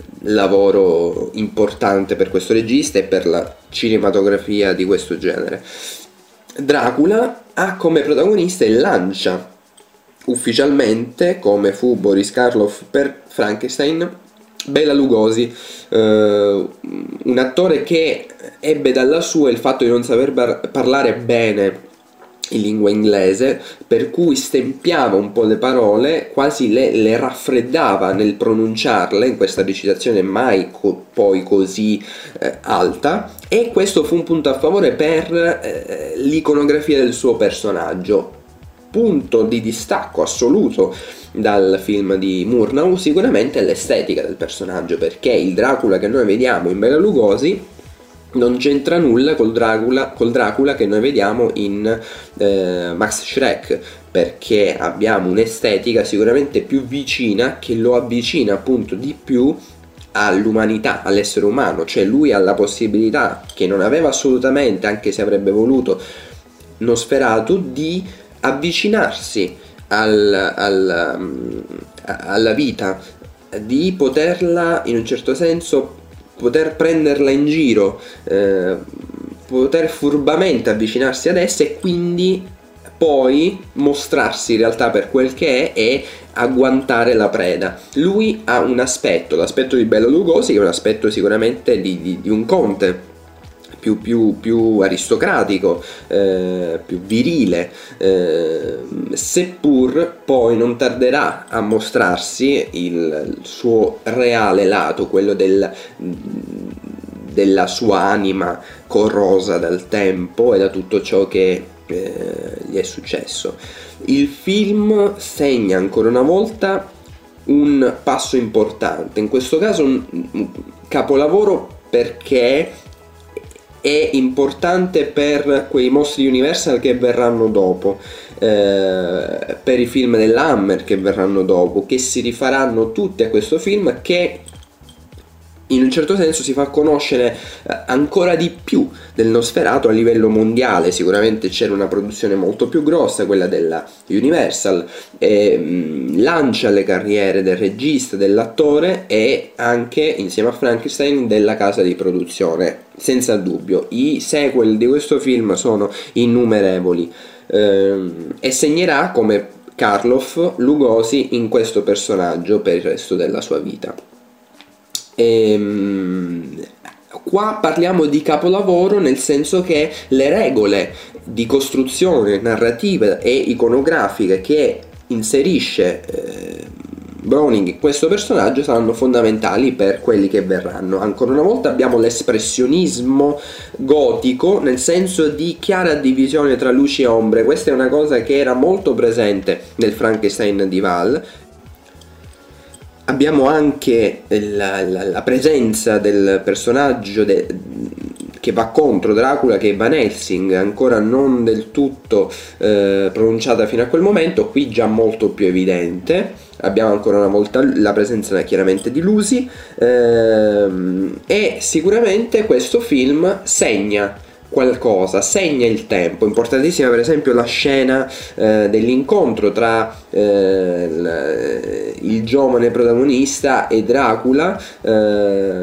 lavoro importante per questo regista e per la cinematografia di questo genere. Dracula ha come protagonista e lancia ufficialmente, come fu Boris Karloff per Frankenstein, Bela Lugosi, eh, un attore che ebbe dalla sua il fatto di non saper bar- parlare bene in lingua inglese, per cui stempiava un po' le parole, quasi le, le raffreddava nel pronunciarle, in questa recitazione mai co- poi così eh, alta, e questo fu un punto a favore per eh, l'iconografia del suo personaggio. Punto di distacco assoluto dal film di Murnau sicuramente è l'estetica del personaggio, perché il Dracula che noi vediamo in Bela Lugosi non c'entra nulla col Dracula, col Dracula che noi vediamo in eh, Max Schreck, perché abbiamo un'estetica sicuramente più vicina, che lo avvicina appunto di più all'umanità, all'essere umano, cioè lui ha la possibilità, che non aveva assolutamente, anche se avrebbe voluto Nosferatu, di avvicinarsi al, al, alla vita, di poterla in un certo senso, poter prenderla in giro, eh, poter furbamente avvicinarsi ad essa e quindi poi mostrarsi in realtà per quel che è e agguantare la preda. Lui ha un aspetto, l'aspetto di Bela Lugosi, che è un aspetto sicuramente di, di, di un conte, Più, più, più aristocratico, eh, più virile, eh, seppur poi non tarderà a mostrarsi il, il suo reale lato, quello del, della sua anima corrosa dal tempo e da tutto ciò che eh, gli è successo. Il film segna ancora una volta un passo importante, in questo caso un, un capolavoro, perché è importante per quei mostri Universal che verranno dopo, eh, per i film dell'Hammer che verranno dopo, che si rifaranno tutti a questo film, che in un certo senso si fa conoscere ancora di più del Nosferatu a livello mondiale. Sicuramente c'era una produzione molto più grossa, quella della Universal, e mh, lancia le carriere del regista, dell'attore e anche, insieme a Frankenstein, della casa di produzione, senza dubbio. I sequel di questo film sono innumerevoli, ehm, e segnerà come Karloff Lugosi in questo personaggio per il resto della sua vita. Ehm, qua parliamo di capolavoro nel senso che le regole di costruzione narrativa e iconografiche che inserisce eh, Browning in questo personaggio saranno fondamentali per quelli che verranno. Ancora una volta abbiamo l'espressionismo gotico, nel senso di chiara divisione tra luci e ombre. Questa è una cosa che era molto presente nel Frankenstein di Val. Abbiamo anche la, la, la presenza del personaggio de, che va contro Dracula, che è Van Helsing, ancora non del tutto eh, pronunciata fino a quel momento, qui già molto più evidente. Abbiamo ancora una volta la presenza chiaramente di Lucy, ehm, e sicuramente questo film segna qualcosa, segna il tempo. Importantissima per esempio la scena eh, dell'incontro tra eh, il, il giovane protagonista e Dracula, eh,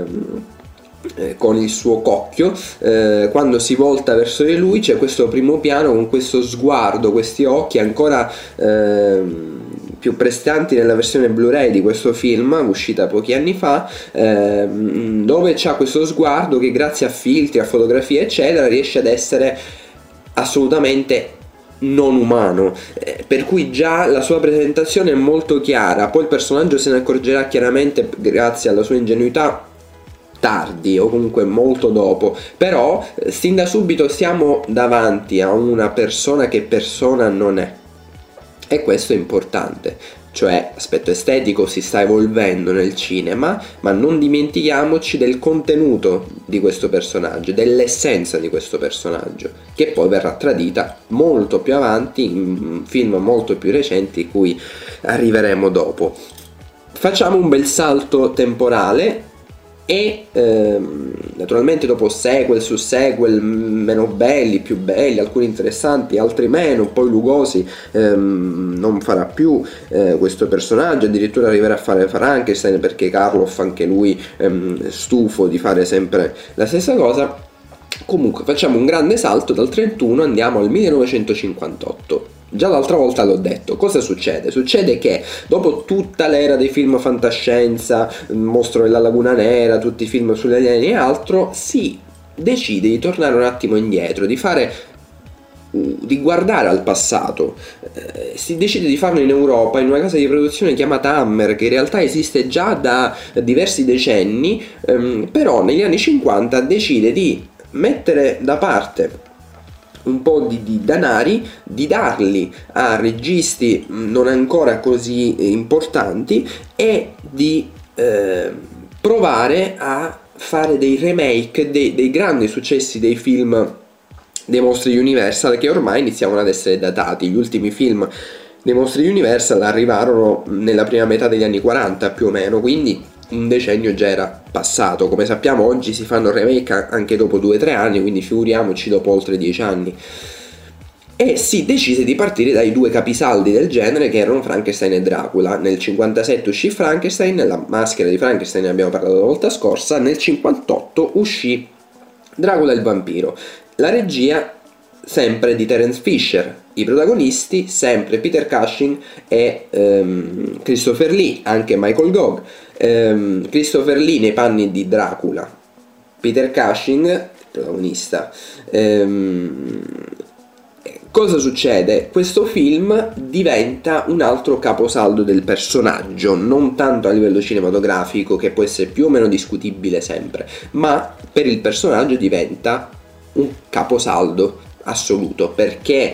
con il suo cocchio. Eh, quando si volta verso di lui c'è questo primo piano con questo sguardo, questi occhi ancora eh, più prestanti nella versione Blu-ray di questo film, uscita pochi anni fa, eh, dove c'ha questo sguardo che grazie a filtri, a fotografie eccetera riesce ad essere assolutamente non umano, eh, per cui già la sua presentazione è molto chiara. Poi il personaggio se ne accorgerà chiaramente grazie alla sua ingenuità tardi o comunque molto dopo, però eh, sin da subito siamo davanti a una persona che persona non è, e questo è importante. Cioè, l'aspetto estetico si sta evolvendo nel cinema, ma non dimentichiamoci del contenuto di questo personaggio, dell'essenza di questo personaggio, che poi verrà tradita molto più avanti in film molto più recenti, cui arriveremo dopo. Facciamo un bel salto temporale e ehm, naturalmente dopo sequel su sequel, meno belli, più belli, alcuni interessanti, altri meno. Poi Lugosi ehm, non farà più eh, questo personaggio, addirittura arriverà a fare Frankenstein, perché Karloff anche lui ehm, stufo di fare sempre la stessa cosa. Comunque facciamo un grande salto, dal trentuno andiamo al millenovecentocinquantotto. Già l'altra volta l'ho detto, cosa succede? Succede che dopo tutta l'era dei film fantascienza, Mostro della Laguna Nera, tutti i film sugli alieni e altro, si decide di tornare un attimo indietro, di fare di guardare al passato. Eh, si decide di farlo in Europa, in una casa di produzione chiamata Hammer, che in realtà esiste già da diversi decenni, ehm, però negli anni cinquanta decide di mettere da parte un po' di, di danari, di darli a registi non ancora così importanti e di eh, provare a fare dei remake dei, dei grandi successi dei film dei mostri Universal, che ormai iniziavano ad essere datati. Gli ultimi film dei mostri Universal arrivarono nella prima metà degli anni quaranta più o meno, quindi un decennio già era passato. Come sappiamo oggi si fanno remake anche dopo due o tre anni, quindi figuriamoci dopo oltre dieci anni. E si decise di partire dai due capisaldi del genere, che erano Frankenstein e Dracula. Nel cinquantasette uscì Frankenstein, la maschera di Frankenstein ne abbiamo parlato la volta scorsa. Nel cinquantotto uscì Dracula il vampiro. La regia sempre di Terence Fisher, i protagonisti sempre Peter Cushing e um, Christopher Lee, anche Michael Gogg. Um, Christopher Lee nei panni di Dracula, Peter Cushing protagonista. Um, cosa succede? Questo film diventa un altro caposaldo del personaggio, non tanto a livello cinematografico, che può essere più o meno discutibile sempre, ma per il personaggio diventa un caposaldo assoluto, perché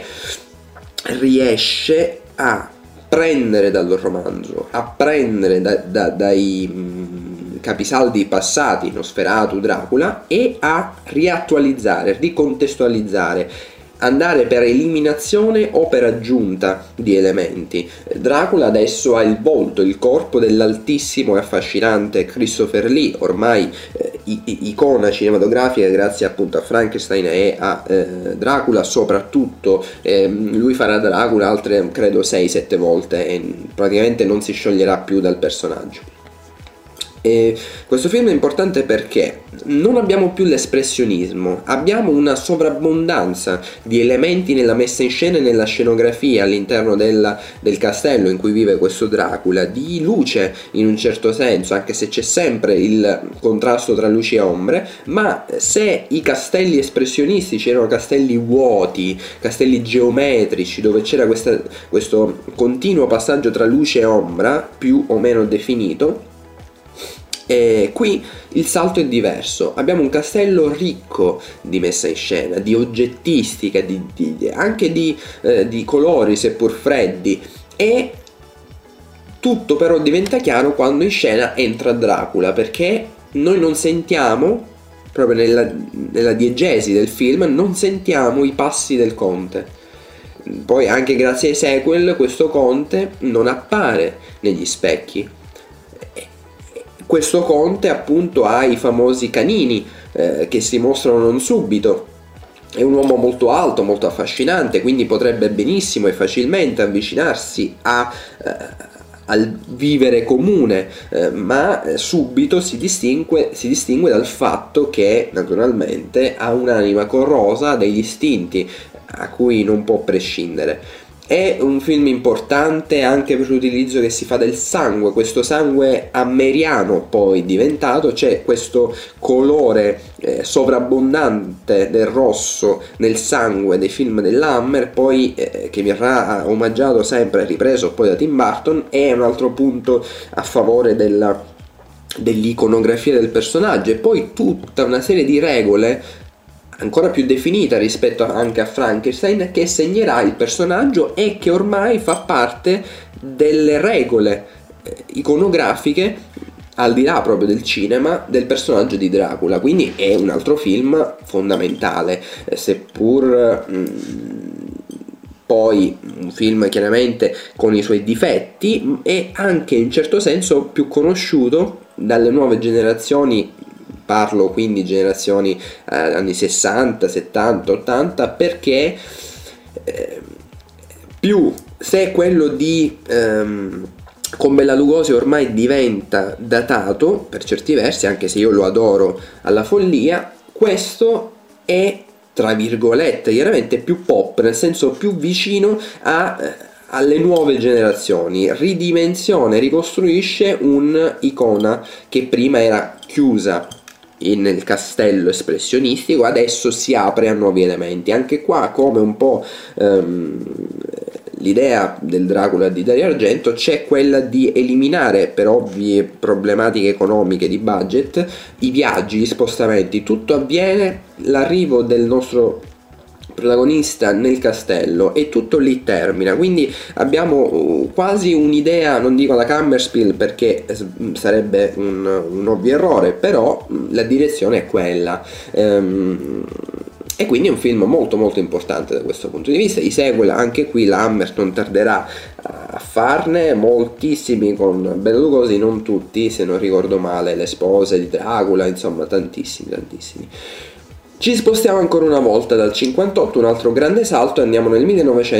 riesce a prendere dal romanzo, a prendere da, da, dai mh, capisaldi passati, Nosferatu, Dracula, e a riattualizzare, ricontestualizzare andare per eliminazione o per aggiunta di elementi. Dracula adesso ha il volto, il corpo dell'altissimo e affascinante Christopher Lee, ormai eh, icona cinematografica grazie appunto a Frankenstein e a eh, Dracula. Soprattutto eh, lui farà Dracula altre credo sei sette volte e praticamente non si scioglierà più dal personaggio. E questo film è importante perché non abbiamo più l'espressionismo, abbiamo una sovrabbondanza di elementi nella messa in scena e nella scenografia all'interno della, del castello in cui vive questo Dracula, di luce in un certo senso, anche se c'è sempre il contrasto tra luci e ombre. Ma se i castelli espressionistici erano castelli vuoti, castelli geometrici, dove c'era questa, questo continuo passaggio tra luce e ombra più o meno definito, e qui il salto è diverso. Abbiamo un castello ricco di messa in scena, di oggettistica, di, di, anche di, eh, di colori seppur freddi, e tutto però diventa chiaro quando in scena entra Dracula, perché noi non sentiamo, proprio nella, nella diegesi del film, non sentiamo i passi del conte. Poi anche grazie ai sequel questo conte non appare negli specchi. Questo conte appunto ha i famosi canini eh, che si mostrano non subito. È un uomo molto alto, molto affascinante, quindi potrebbe benissimo e facilmente avvicinarsi a, eh, al vivere comune, eh, ma subito si distingue, si distingue dal fatto che naturalmente ha un'anima corrosa, ha degli istinti a cui non può prescindere. È un film importante anche per l'utilizzo che si fa del sangue, questo sangue hammeriano poi diventato, c'è questo colore eh, sovrabbondante del rosso nel sangue dei film dell'Hammer, poi eh, che verrà omaggiato sempre, ripreso poi da Tim Burton. È un altro punto a favore della, dell'iconografia del personaggio, e poi tutta una serie di regole ancora più definita rispetto anche a Frankenstein, che segnerà il personaggio e che ormai fa parte delle regole eh, iconografiche, al di là proprio del cinema, del personaggio di Dracula. Quindi è un altro film fondamentale, eh, seppur mh, poi un film chiaramente con i suoi difetti, e anche in certo senso più conosciuto dalle nuove generazioni. Parlo quindi generazioni eh, anni sessanta, settanta, ottanta, perché eh, più se quello di ehm, con Bela Lugosi ormai diventa datato per certi versi, anche se io lo adoro alla follia, questo è tra virgolette chiaramente più pop, nel senso più vicino a eh, alle nuove generazioni, ridimensiona, ricostruisce un'icona che prima era chiusa nel castello espressionistico, adesso si apre a nuovi elementi. Anche qua, come un po' ehm, l'idea del Dracula di Dario Argento, c'è quella di eliminare, per ovvie problematiche economiche di budget, i viaggi, gli spostamenti. Tutto avviene, l'arrivo del nostro protagonista nel castello e tutto lì termina. Quindi abbiamo quasi un'idea, non dico la Kammerspiel perché sarebbe un, un ovvio errore, però la direzione è quella. Ehm, e quindi è un film molto molto importante da questo punto di vista. I sequel, anche qui la Hammer non tarderà a farne moltissimi con Bela Lugosi, non tutti se non ricordo male, Le spose di Dracula, insomma tantissimi tantissimi. Ci spostiamo ancora una volta dal cinquantotto, un altro grande salto, e andiamo nel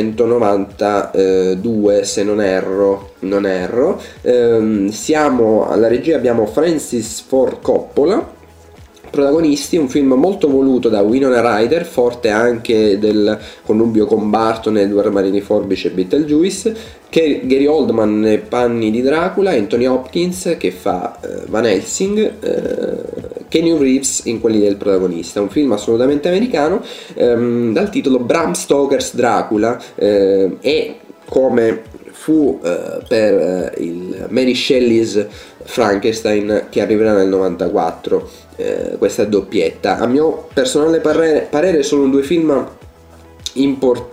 millenovecentonovantadue, se non erro, non erro. Ehm, siamo alla regia, abbiamo Francis Ford Coppola, protagonisti, un film molto voluto da Winona Ryder, forte anche del connubio con Barton, Edward Marini Forbice e Beetlejuice, che Gary Oldman nei panni di Dracula, Anthony Hopkins che fa eh, Van Helsing, eh, Keanu Reeves in quelli del protagonista. Un film assolutamente americano, ehm, dal titolo Bram Stoker's Dracula, eh, e come fu eh, per eh, il Mary Shelley's Frankenstein, che arriverà nel novantaquattro, eh, questa doppietta. A mio personale parere, parere sono due film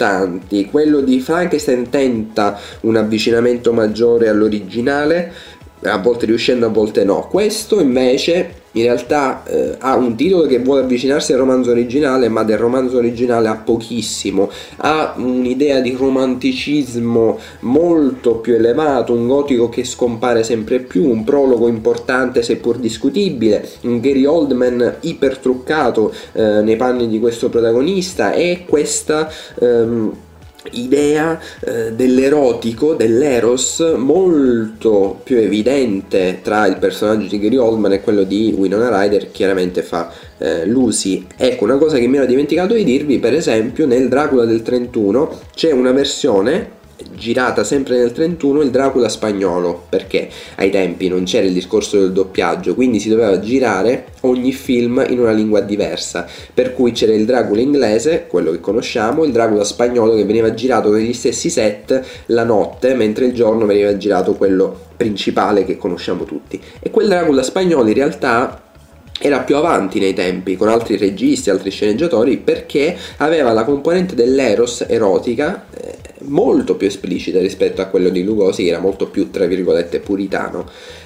importanti. Quello di Frankenstein tenta un avvicinamento maggiore all'originale, a volte riuscendo, a volte no. Questo invece in realtà eh, ha un titolo che vuole avvicinarsi al romanzo originale, ma del romanzo originale ha pochissimo, ha un'idea di romanticismo molto più elevato, un gotico che scompare sempre più, un prologo importante seppur discutibile, un Gary Oldman ipertruccato eh, nei panni di questo protagonista, e questa ehm, idea eh, dell'erotico, dell'eros molto più evidente tra il personaggio di Gary Oldman e quello di Winona Ryder chiaramente fa eh, Lucy. Ecco, una cosa che mi ero dimenticato di dirvi: per esempio nel Dracula del trentuno c'è una versione girata sempre nel trentuno, il Dracula spagnolo, perché ai tempi non c'era il discorso del doppiaggio, quindi si doveva girare ogni film in una lingua diversa, per cui c'era il Dracula inglese, quello che conosciamo, il Dracula spagnolo che veniva girato negli stessi set la notte, mentre il giorno veniva girato quello principale che conosciamo tutti. E quel Dracula spagnolo in realtà era più avanti nei tempi, con altri registi, altri sceneggiatori, perché aveva la componente dell'eros erotica eh, molto più esplicita rispetto a quello di Lugosi, che era molto più, tra virgolette, puritano.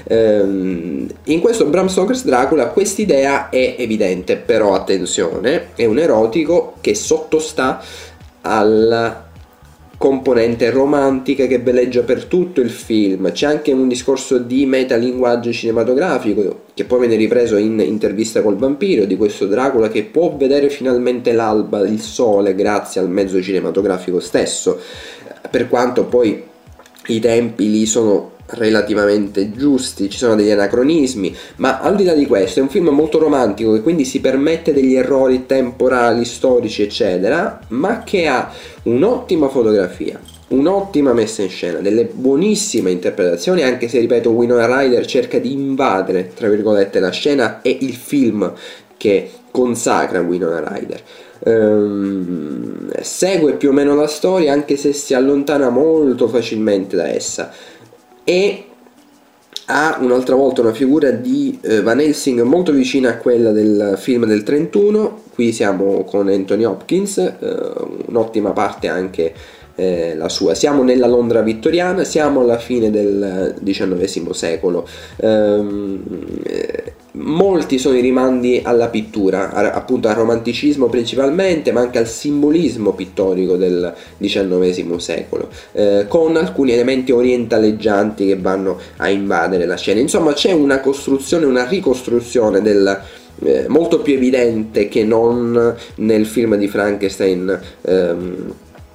Ehm, in questo Bram Stoker's Dracula quest'idea è evidente, però attenzione, è un erotico che sottostà alla componente romantica che veleggia per tutto il film. C'è anche un discorso di metalinguaggio cinematografico che poi viene ripreso in Intervista col vampiro, di questo Dracula che può vedere finalmente l'alba, il sole, grazie al mezzo cinematografico stesso, per quanto poi i tempi lì sono relativamente giusti, ci sono degli anacronismi, ma al di là di questo è un film molto romantico che quindi si permette degli errori temporali, storici eccetera, ma che ha un'ottima fotografia, un'ottima messa in scena, delle buonissime interpretazioni, anche se, ripeto, Winona Ryder cerca di invadere, tra virgolette, la scena e il film che consacra Winona Ryder. Ehm, segue più o meno la storia, anche se si allontana molto facilmente da essa, e ha un'altra volta una figura di eh, Van Helsing molto vicina a quella del film del trentuno. Qui siamo con Anthony Hopkins, eh, un'ottima parte anche eh, la sua. Siamo nella Londra vittoriana, siamo alla fine del diciannovesimo secolo. Ehm, eh, molti sono i rimandi alla pittura, a, appunto al romanticismo principalmente, ma anche al simbolismo pittorico del diciannovesimo secolo, eh, con alcuni elementi orientaleggianti che vanno a invadere la scena. Insomma, c'è una costruzione, una ricostruzione del eh, molto più evidente che non nel film di Frankenstein ehm,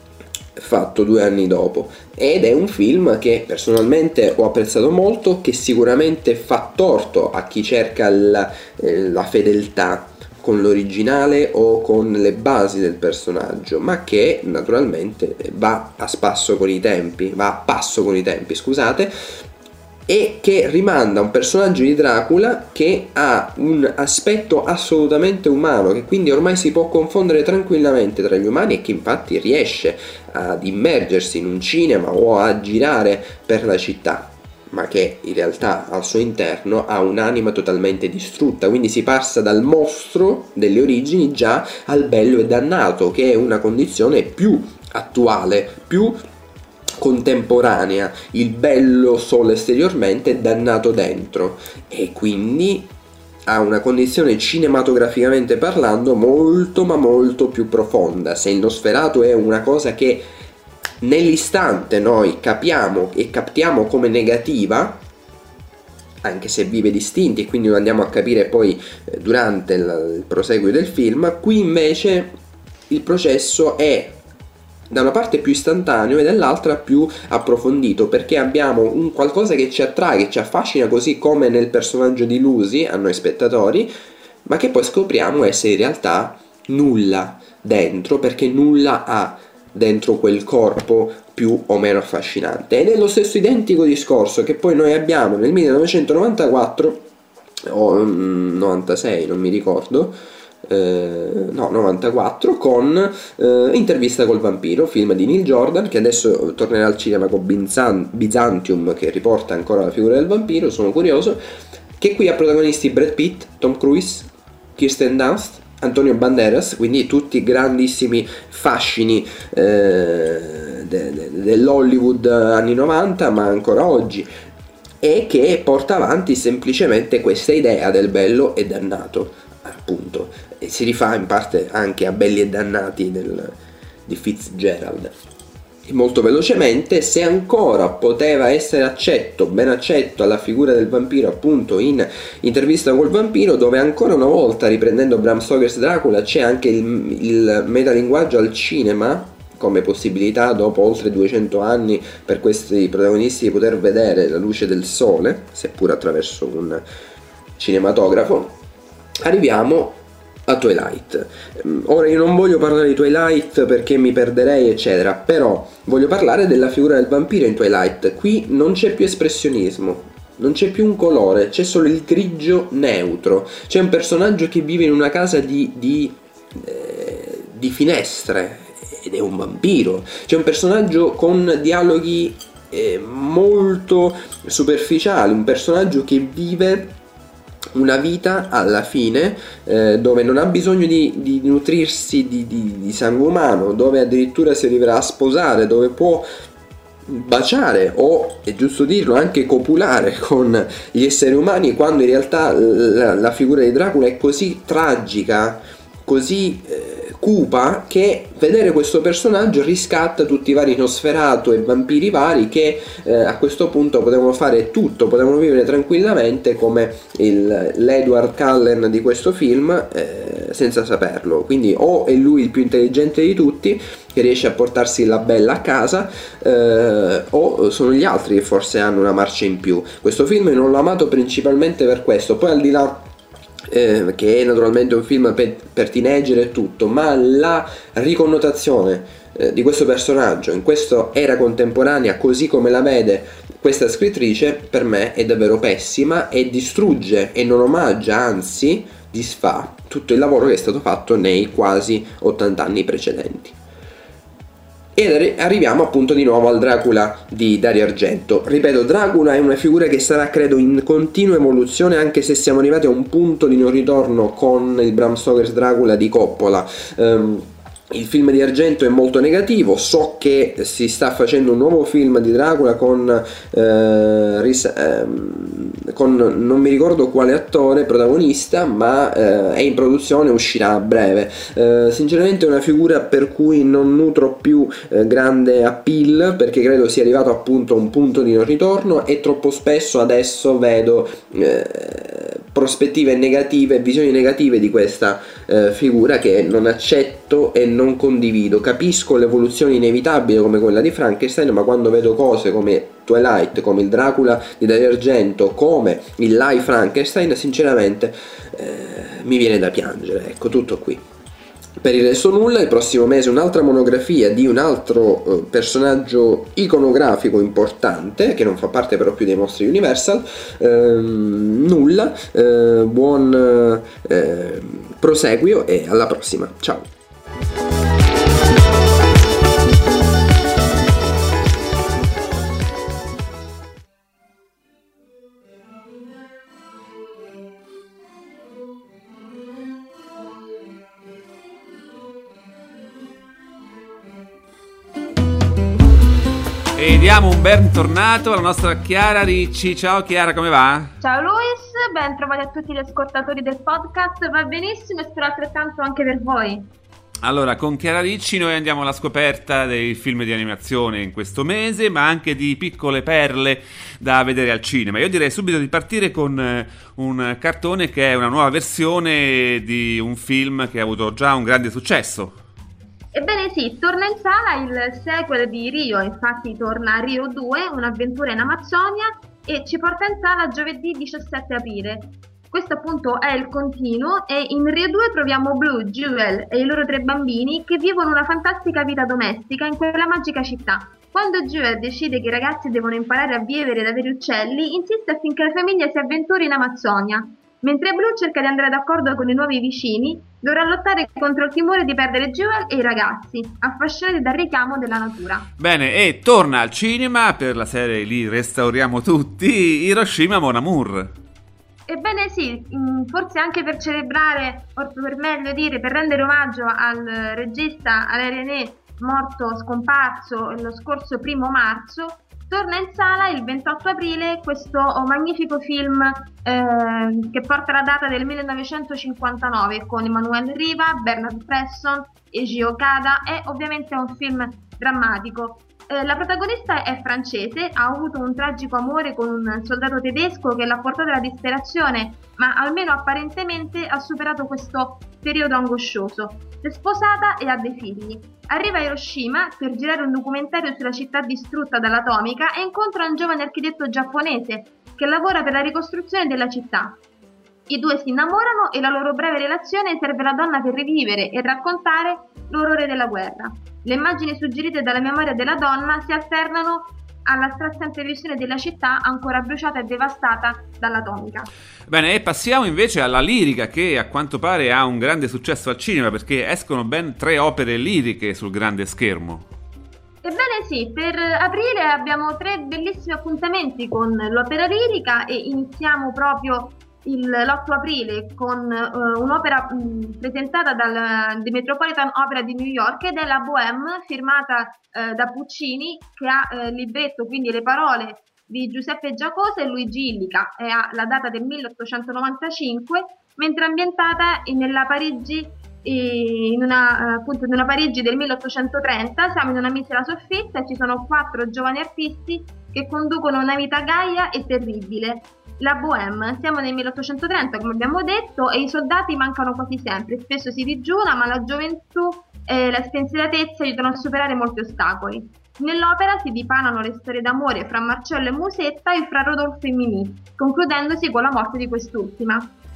fatto due anni dopo, ed è un film che personalmente ho apprezzato molto, che sicuramente fa torto a chi cerca la, eh, la fedeltà con l'originale o con le basi del personaggio, ma che naturalmente va a spasso con i tempi, va a passo con i tempi, scusate, e che rimanda un personaggio di Dracula che ha un aspetto assolutamente umano, che quindi ormai si può confondere tranquillamente tra gli umani, e che infatti riesce ad immergersi in un cinema o a girare per la città, ma che in realtà al suo interno ha un'anima totalmente distrutta. Quindi si passa dal mostro delle origini già al bello e dannato, che è una condizione più attuale, più contemporanea, il bello solo esteriormente, dannato dentro, e quindi ha una condizione cinematograficamente parlando molto ma molto più profonda. Se il Nosferatu è una cosa che nell'istante noi capiamo e captiamo come negativa, anche se vive distinti, e quindi lo andiamo a capire poi durante il, il proseguio del film, qui invece il processo è da una parte più istantaneo e dall'altra più approfondito, perché abbiamo un qualcosa che ci attrae, che ci affascina, così come nel personaggio di Lucy a noi spettatori, ma che poi scopriamo essere in realtà nulla dentro, perché nulla ha dentro quel corpo più o meno affascinante. Ed è lo stesso identico discorso che poi noi abbiamo nel millenovecentonovantaquattro o novantasei, non mi ricordo, Eh, no, novantaquattro, con eh, Intervista col vampiro, film di Neil Jordan, che adesso tornerà al cinema con Byzan- Byzantium, che riporta ancora la figura del vampiro. Sono curioso, che qui ha protagonisti Brad Pitt, Tom Cruise, Kirsten Dunst, Antonio Banderas, quindi tutti grandissimi fascini eh, de- de- dell'Hollywood anni novanta, ma ancora oggi. e che porta avanti semplicemente questa idea del bello e dannato, appunto, e si rifà in parte anche a Belli e Dannati del, di Fitzgerald. Molto velocemente, se ancora poteva essere accetto, ben accetto alla figura del vampiro appunto in Intervista col vampiro, dove ancora una volta, riprendendo Bram Stoker's Dracula, c'è anche il, il metalinguaggio al cinema come possibilità, dopo oltre duecento anni, per questi protagonisti di poter vedere la luce del sole, seppur attraverso un cinematografo. Arriviamo a Twilight. Ora io non voglio parlare di Twilight perché mi perderei eccetera, però voglio parlare della figura del vampiro in Twilight. Qui non c'è più espressionismo, non c'è più un colore, c'è solo il grigio neutro. C'è un personaggio che vive in una casa di, di, eh, di finestre ed è un vampiro. C'è un personaggio con dialoghi eh, molto superficiali, un personaggio che vive una vita alla fine eh, dove non ha bisogno di, di nutrirsi di, di, di sangue umano, dove addirittura si arriverà a sposare, dove può baciare o, è giusto dirlo, anche copulare con gli esseri umani, quando in realtà la, la figura di Dracula è così tragica, così eh, cupa, che vedere questo personaggio riscatta tutti i vari Nosferatu e vampiri vari che eh, a questo punto potevano fare tutto, potevano vivere tranquillamente come il, l'Edward Cullen di questo film eh, senza saperlo. Quindi o è lui il più intelligente di tutti che riesce a portarsi la bella a casa eh, o sono gli altri che forse hanno una marcia in più. Questo film non l'ho amato principalmente per questo, poi al di là Eh, che è naturalmente un film per, per teenager e tutto, ma la riconnotazione eh, di questo personaggio in questa era contemporanea, così come la vede questa scrittrice, per me è davvero pessima e distrugge e non omaggia, anzi disfa tutto il lavoro che è stato fatto nei quasi ottanta anni precedenti. E arriviamo appunto di nuovo al Dracula di Dario Argento. Ripeto, Dracula è una figura che sarà credo in continua evoluzione, anche se siamo arrivati a un punto di non ritorno con il Bram Stoker's Dracula di Coppola. Um, Il film di Argento è molto negativo, so che si sta facendo un nuovo film di Dracula con, eh, ris- ehm, con non mi ricordo quale attore protagonista, ma eh, è in produzione, uscirà a breve. Eh, sinceramente è una figura per cui non nutro più eh, grande appeal, perché credo sia arrivato appunto a un punto di non ritorno e troppo spesso adesso vedo eh, prospettive negative, visioni negative di questa eh, figura che non accetto e non condivido. Capisco l'evoluzione inevitabile come quella di Frankenstein, ma quando vedo cose come Twilight, come il Dracula di Dario Argento, come il live Frankenstein, sinceramente eh, mi viene da piangere. Ecco, tutto qui. Per il resto nulla. Il prossimo mese un'altra monografia di un altro eh, personaggio iconografico importante che non fa parte però più dei mostri Universal. Ehm, nulla, eh, buon eh, proseguio e alla prossima, ciao. E diamo un bentornato alla nostra Chiara Ricci. Ciao Chiara, come va? Ciao Luis, ben trovati a tutti gli ascoltatori del podcast. Va benissimo e spero altrettanto anche per voi. Allora, con Chiara Ricci noi andiamo alla scoperta dei film di animazione in questo mese, ma anche di piccole perle da vedere al cinema. Io direi subito di partire con un cartone che è una nuova versione di un film che ha avuto già un grande successo. Ebbene sì, torna in sala il sequel di Rio, infatti torna Rio due, un'avventura in Amazzonia, e ci porta in sala giovedì diciassette aprile. Questo appunto è il continuo e in Rio due troviamo Blue, Jewel e i loro tre bambini che vivono una fantastica vita domestica in quella magica città. Quando Jewel decide che i ragazzi devono imparare a vivere da veri uccelli, insiste affinché la famiglia si avventuri in Amazzonia. Mentre Blue cerca di andare d'accordo con i nuovi vicini, dovrà lottare contro il timore di perdere Jewel e i ragazzi, affascinati dal richiamo della natura. Bene, e torna al cinema per la serie Li restauriamo tutti, Hiroshima Mon Amour. Ebbene sì, forse anche per celebrare, o per meglio dire, per rendere omaggio al regista Alain Resnais, morto, scomparso lo scorso primo marzo, torna in sala il ventotto aprile questo magnifico film eh, che porta la data del millenovecentocinquantanove con Emmanuel Riva, Bernard Preston, Eiji Okada. È ovviamente un film drammatico. Eh, la protagonista è francese, ha avuto un tragico amore con un soldato tedesco che l'ha portata alla disperazione, ma almeno apparentemente ha superato questo periodo angoscioso. È sposata e ha dei figli. Arriva a Hiroshima per girare un documentario sulla città distrutta dall'atomica e incontra un giovane architetto giapponese che lavora per la ricostruzione della città. I due si innamorano e la loro breve relazione serve alla donna per rivivere e raccontare l'orrore della guerra. Le immagini suggerite dalla memoria della donna si alternano alla straziante visione della città ancora bruciata e devastata dall'atomica. Bene, e passiamo invece alla lirica, che a quanto pare ha un grande successo al cinema, perché escono ben tre opere liriche sul grande schermo. Ebbene sì, per aprile abbiamo tre bellissimi appuntamenti con l'opera lirica e iniziamo proprio il, l'otto aprile con uh, un'opera mh, presentata dal The Metropolitan Opera di New York ed è la Bohème, firmata uh, da Puccini, che ha il uh, libretto, quindi le parole di Giuseppe Giacosa e Luigi Illica, e ha la data del milleottocentonovantacinque, mentre è ambientata nella Parigi in una, appunto, in una Parigi del milleottocentotrenta. Siamo in una misera soffitta e ci sono quattro giovani artisti che conducono una vita gaia e terribile. La Bohème, siamo nel milleottocentotrenta come abbiamo detto e i soldati mancano quasi sempre, spesso si digiuna, ma la gioventù e la spensieratezza aiutano a superare molti ostacoli. Nell'opera si dipanano le storie d'amore fra Marcello e Musetta e fra Rodolfo e Mimì, concludendosi con la morte di quest'ultima.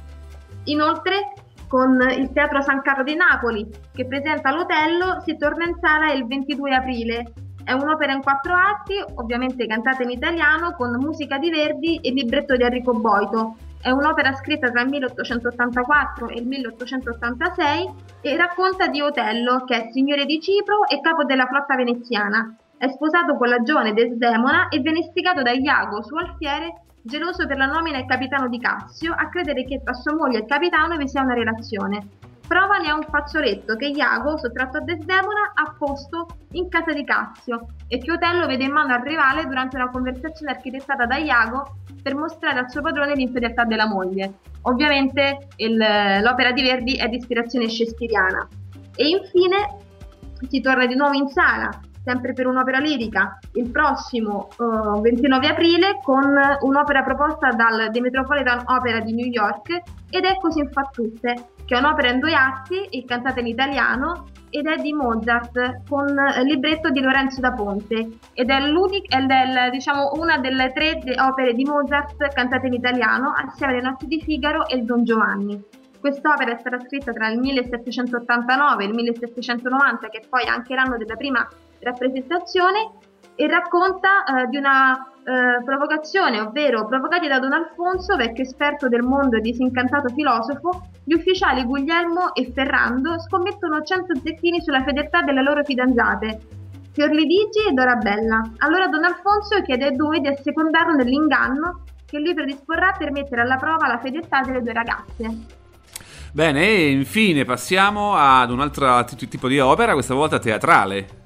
Inoltre, con il Teatro San Carlo di Napoli, che presenta l'Otello, si torna in sala il ventidue aprile. È un'opera in quattro atti, ovviamente cantata in italiano, con musica di Verdi e libretto di Enrico Boito. È un'opera scritta tra il milleottocentottantaquattro e il milleottocentottantasei e racconta di Otello, che è signore di Cipro e capo della flotta veneziana. È sposato con la giovane Desdemona e viene istigato da Iago, suo alfiere, geloso per la nomina del capitano di Cassio, a credere che tra sua moglie e il capitano vi sia una relazione. Prova ne ha un fazzoletto che Iago, sottratto a Desdemona, ha posto in casa di Cassio e che Otello vede in mano al rivale durante una conversazione architettata da Iago per mostrare al suo padrone l'infedeltà della moglie. Ovviamente il, l'opera di Verdi è di ispirazione shakespeariana. E infine si torna di nuovo in sala, sempre per un'opera lirica, il prossimo uh, ventinove aprile con un'opera proposta dal The Metropolitan Opera di New York ed è Così fa tutte, che è un'opera in due atti e cantata in italiano ed è di Mozart con il libretto di Lorenzo da Ponte ed è, ed è diciamo, una delle tre opere di Mozart cantate in italiano assieme alle Notti di Figaro e il Don Giovanni. Quest'opera è stata scritta tra il millesettecentottantanove e il millesettecentonovanta, che è poi anche l'anno della prima rappresentazione, e racconta eh, di una eh, provocazione, ovvero provocati da Don Alfonso, vecchio esperto del mondo e disincantato filosofo, gli ufficiali Guglielmo e Ferrando scommettono cento zecchini sulla fedeltà delle loro fidanzate, Fiorlidigi e Dorabella. Allora Don Alfonso chiede ai due di assecondarlo nell'inganno che lui predisporrà per mettere alla prova la fedeltà delle due ragazze. Bene, e infine passiamo ad un altro tipo di opera, questa volta teatrale.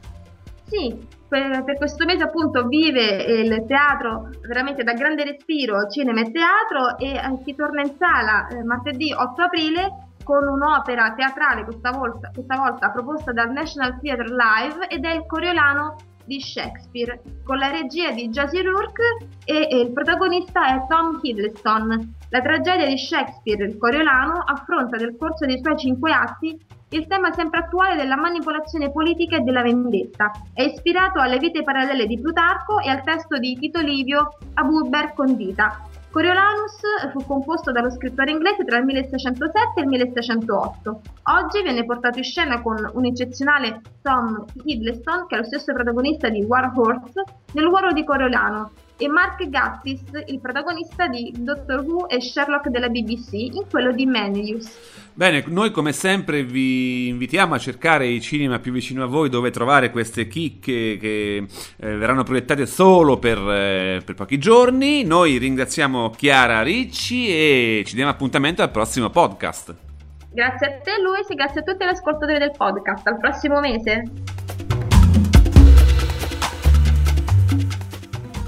Sì, per, per questo mese appunto vive il teatro veramente da grande respiro, cinema e teatro, e eh, si torna in sala eh, martedì otto aprile con un'opera teatrale questa volta, questa volta proposta dal National Theatre Live ed è il Coriolano di Shakespeare, con la regia di Josie Rourke e, e il protagonista è Tom Hiddleston. La tragedia di Shakespeare, il Coriolano, affronta nel corso dei suoi cinque atti il tema sempre attuale della manipolazione politica e della vendetta. È ispirato alle vite parallele di Plutarco e al testo di Tito Livio Abuber Condita. Coriolanus fu composto dallo scrittore inglese tra il milleseicentosette e il milleseicentotto. Oggi viene portato in scena con un eccezionale Tom Hiddleston, che è lo stesso protagonista di War Horse, nel ruolo di Coriolano, e Mark Gatiss, il protagonista di Doctor Who e Sherlock della B B C, in quello di Menelaus. Bene, noi come sempre vi invitiamo a cercare i cinema più vicino a voi, dove trovare queste chicche che eh, verranno proiettate solo per, eh, per pochi giorni. Noi ringraziamo Chiara Ricci e ci diamo appuntamento al prossimo podcast. Grazie a te Luis e grazie a tutti gli ascoltatori del podcast. Al prossimo mese.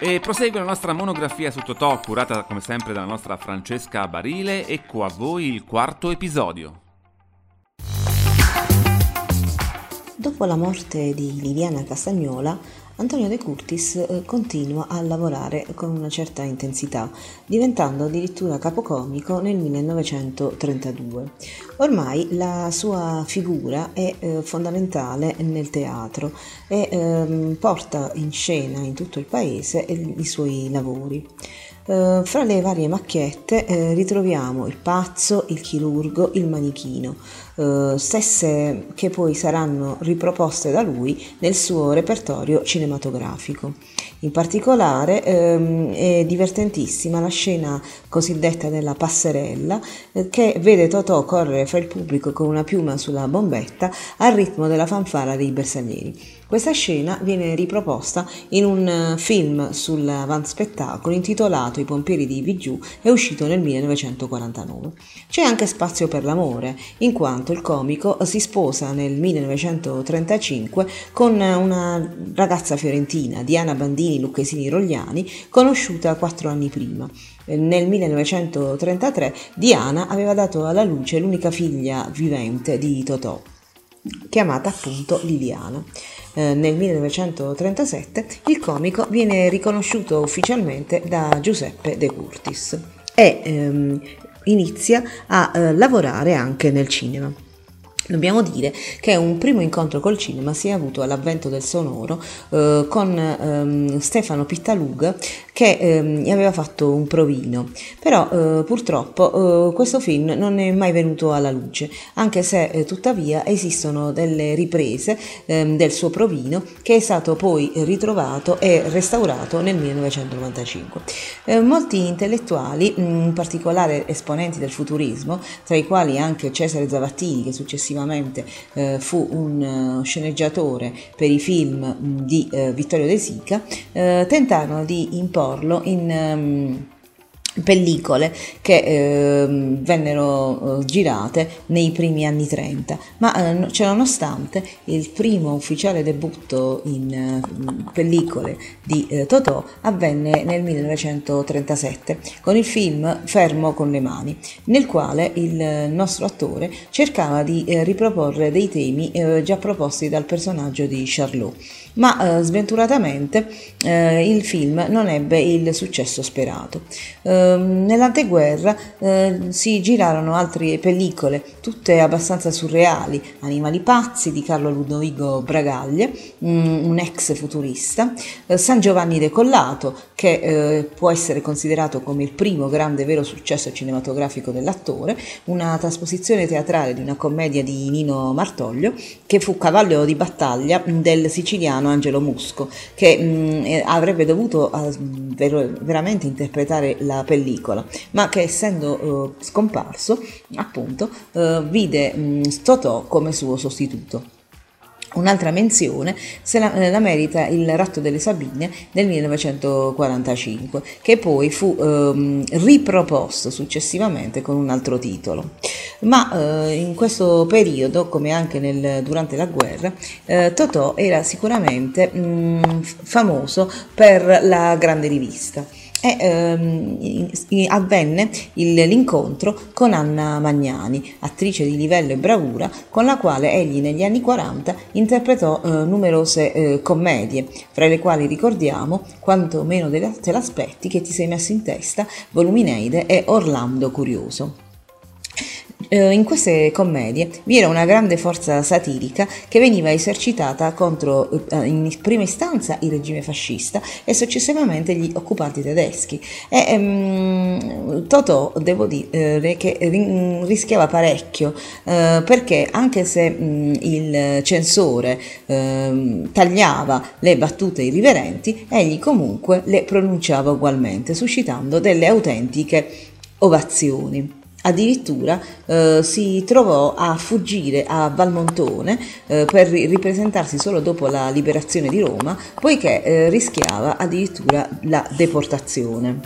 E prosegue la nostra monografia su Totò, curata come sempre dalla nostra Francesca Barile. Ecco a voi il quarto episodio. Dopo la morte di Liliana Castagnola, Antonio De Curtis eh, continua a lavorare con una certa intensità, diventando addirittura capocomico nel millenovecentotrentadue. Ormai la sua figura è eh, fondamentale nel teatro e eh, porta in scena in tutto il paese i, i suoi lavori. Uh, fra le varie macchiette eh, ritroviamo Il pazzo, Il chirurgo, Il manichino, uh, stesse che poi saranno riproposte da lui nel suo repertorio cinematografico. In particolare ehm, è divertentissima la scena cosiddetta della passerella eh, che vede Totò correre fra il pubblico con una piuma sulla bombetta al ritmo della fanfara dei bersaglieri. Questa scena viene riproposta in un film sull'avanspettacolo intitolato I pompieri di Vigiù, è uscito nel millenovecentoquarantanove. C'è anche spazio per l'amore, in quanto il comico si sposa nel millenovecentotrentacinque con una ragazza fiorentina, Diana Bandini Lucchesini Rogliani, conosciuta quattro anni prima. Nel millenovecentotrentatré Diana aveva dato alla luce l'unica figlia vivente di Totò, chiamata appunto Liliana. Eh, nel millenovecentotrentasette il comico viene riconosciuto ufficialmente da Giuseppe De Curtis e ehm, inizia a eh, lavorare anche nel cinema. Dobbiamo dire che un primo incontro col cinema si è avuto all'avvento del sonoro eh, con ehm, Stefano Pittaluga, che ehm, gli aveva fatto un provino, però eh, purtroppo eh, questo film non è mai venuto alla luce, anche se eh, tuttavia esistono delle riprese ehm, del suo provino che è stato poi ritrovato e restaurato nel millenovecentonovantacinque. Eh, molti intellettuali, in particolare esponenti del futurismo, tra i quali anche Cesare Zavattini, che successivamente Eh, fu un uh, sceneggiatore per i film mh, di uh, Vittorio De Sica, eh, tentarono di imporlo in um, pellicole che eh, vennero eh, girate nei primi anni trenta, ma eh, ciononostante il primo ufficiale debutto in eh, pellicole di eh, Totò avvenne nel millenovecentotrentasette con il film Fermo con le mani, nel quale il nostro attore cercava di eh, riproporre dei temi eh, già proposti dal personaggio di Charlot, ma eh, sventuratamente eh, il film non ebbe il successo sperato. Eh, Nell'anteguerra eh, si girarono altre pellicole, tutte abbastanza surreali: Animali pazzi di Carlo Ludovico Bragaglia, mm, un ex futurista, eh, San Giovanni Decollato, che eh, può essere considerato come il primo grande vero successo cinematografico dell'attore, una trasposizione teatrale di una commedia di Nino Martoglio, che fu cavallo di battaglia del siciliano Angelo Musco, che mh, avrebbe dovuto uh, ver- veramente interpretare la pellicola, ma che essendo uh, scomparso appunto uh, vide mh, Totò come suo sostituto. Un'altra menzione se la, la merita Il ratto delle Sabine del millenovecentoquarantacinque, che poi fu ehm, riproposto successivamente con un altro titolo. Ma eh, in questo periodo, come anche nel, durante la guerra, eh, Totò era sicuramente mh, famoso per la grande rivista. E ehm, avvenne il, l'incontro con Anna Magnani, attrice di livello e bravura, con la quale egli negli anni quaranta interpretò eh, numerose eh, commedie, fra le quali ricordiamo Quanto meno te l'aspetti, Che ti sei messo in testa, Volumineide e Orlando Curioso. In queste commedie vi era una grande forza satirica che veniva esercitata contro in prima istanza il regime fascista e successivamente gli occupanti tedeschi, e um, Totò devo dire che rischiava parecchio eh, perché anche se um, il censore eh, tagliava le battute irriverenti, egli comunque le pronunciava ugualmente, suscitando delle autentiche ovazioni. Addirittura eh, si trovò a fuggire a Valmontone eh, per ripresentarsi solo dopo la liberazione di Roma, poiché eh, rischiava addirittura la deportazione.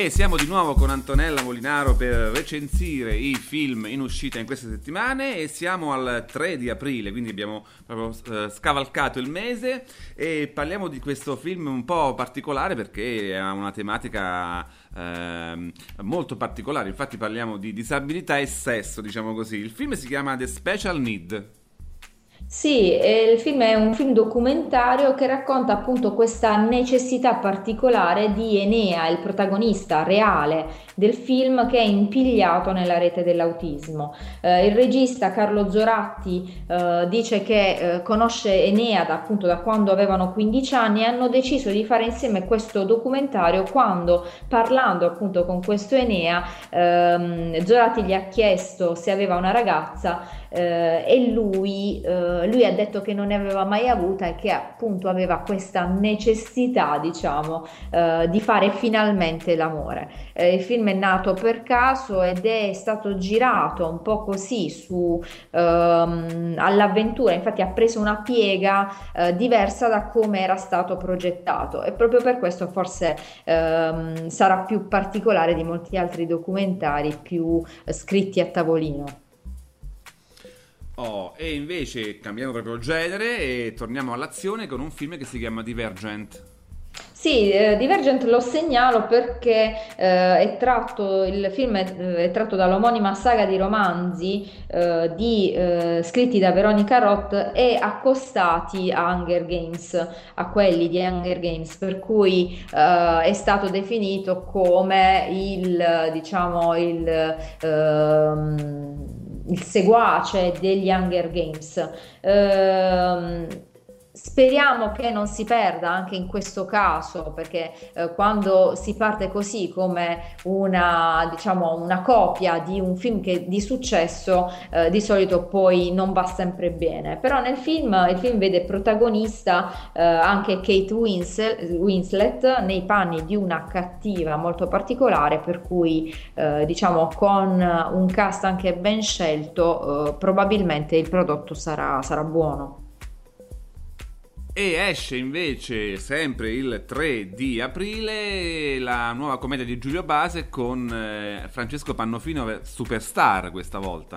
E siamo di nuovo con Antonella Molinaro per recensire i film in uscita in queste settimane e siamo al tre di aprile, quindi abbiamo proprio eh, scavalcato il mese e parliamo di questo film un po' particolare perché ha una tematica eh, molto particolare. Infatti parliamo di disabilità e sesso, diciamo così. Il film si chiama The Special Need. Sì, e il film è un film documentario che racconta appunto questa necessità particolare di Enea, il protagonista reale del film, che è impigliato nella rete dell'autismo. Eh, il regista Carlo Zoratti eh, dice che eh, conosce Enea da, appunto da quando avevano quindici anni e hanno deciso di fare insieme questo documentario quando, parlando appunto con questo Enea, ehm, Zoratti gli ha chiesto se aveva una ragazza. Eh, e lui, eh, lui ha detto che non ne aveva mai avuta e che appunto aveva questa necessità, diciamo, eh, di fare finalmente l'amore. Eh, il film è nato per caso ed è stato girato un po' così su ehm, all'avventura, infatti ha preso una piega eh, diversa da come era stato progettato e proprio per questo forse ehm, sarà più particolare di molti altri documentari più eh, scritti a tavolino. Oh, e invece cambiamo proprio genere e torniamo all'azione con un film che si chiama Divergent. Sì, eh, Divergent lo segnalo perché eh, è tratto, il film è, è tratto dall'omonima saga di romanzi eh, di, eh, scritti da Veronica Roth e accostati a Hunger Games, a quelli di Hunger Games, per cui eh, è stato definito come il, diciamo, il... ehm, il seguace degli Hunger Games. Ehm, Speriamo che non si perda anche in questo caso, perché eh, quando si parte così come una, diciamo, una copia di un film che, di successo, eh, di solito poi non va sempre bene. Però nel film, il film vede protagonista eh, anche Kate Winslet, Winslet nei panni di una cattiva molto particolare, per cui eh, diciamo con un cast anche ben scelto, eh, probabilmente il prodotto sarà, sarà buono. E esce invece sempre il tre di aprile la nuova commedia di Giulio Base con eh, Francesco Pannofino, superstar questa volta.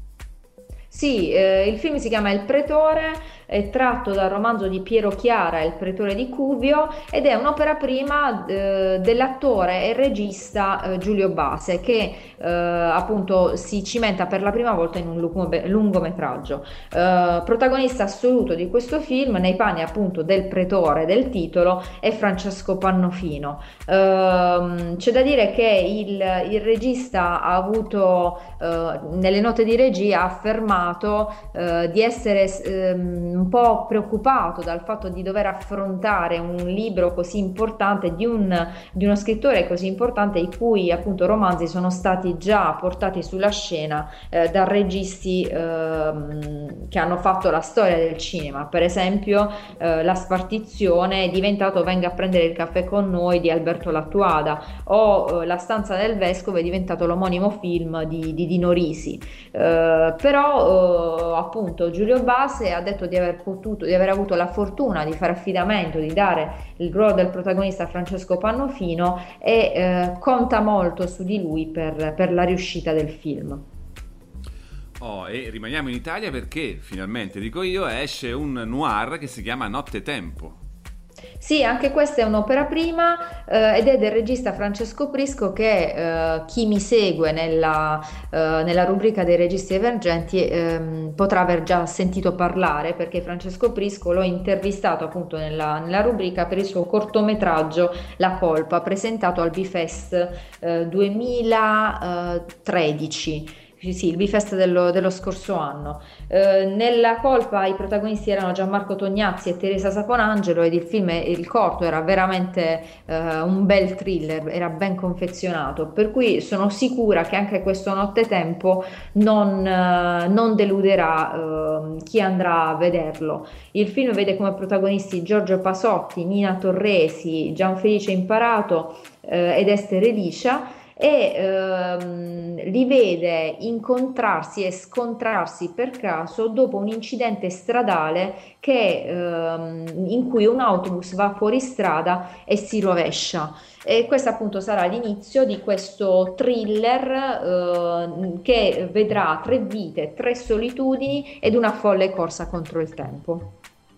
Sì, eh, il film si chiama Il Pretore, è tratto dal romanzo di Piero Chiara, Il Pretore di Cuvio, ed è un'opera prima eh, dell'attore e regista eh, Giulio Base, che eh, appunto si cimenta per la prima volta in un lungo- lungometraggio. Eh, protagonista assoluto di questo film, nei panni appunto del pretore del titolo, è Francesco Pannofino. Eh, c'è da dire che il, il regista ha avuto, eh, nelle note di regia, ha affermato eh, di essere ehm, un po' preoccupato dal fatto di dover affrontare un libro così importante di, un, di uno scrittore così importante, i cui appunto romanzi sono stati già portati sulla scena eh, da registi ehm, che hanno fatto la storia del cinema. Per esempio eh, La Spartizione è diventato Venga a prendere il caffè con noi di Alberto Lattuada, o eh, La stanza del vescovo è diventato l'omonimo film di, di Dino Risi. Eh, però Uh, appunto Giulio Base ha detto di aver potuto, di aver avuto la fortuna di fare affidamento, di dare il ruolo del protagonista a Francesco Pannofino e eh, conta molto su di lui per, per la riuscita del film. Oh, e rimaniamo in Italia perché finalmente, dico io, esce un noir che si chiama Nottetempo. Sì, anche questa è un'opera prima eh, ed è del regista Francesco Prisco, che eh, chi mi segue nella, eh, nella rubrica dei registi emergenti ehm, potrà aver già sentito parlare, perché Francesco Prisco l'ho intervistato appunto nella, nella rubrica per il suo cortometraggio La Colpa, presentato al Bifest eh, duemilatredici. Sì, il Bifest dello, dello scorso anno. Eh, nella Colpa i protagonisti erano Gianmarco Tognazzi e Teresa Saponangelo, ed il film, il corto, era veramente eh, un bel thriller, era ben confezionato, per cui sono sicura che anche questo Nottetempo non, eh, non deluderà eh, chi andrà a vederlo. Il film vede come protagonisti Giorgio Pasotti, Nina Torresi, Gianfelice Imparato eh, ed Esther Eliscia. e ehm, li vede incontrarsi e scontrarsi per caso dopo un incidente stradale che, ehm, in cui un autobus va fuori strada e si rovescia. E questo appunto sarà l'inizio di questo thriller eh, che vedrà tre vite, tre solitudini ed una folle corsa contro il tempo.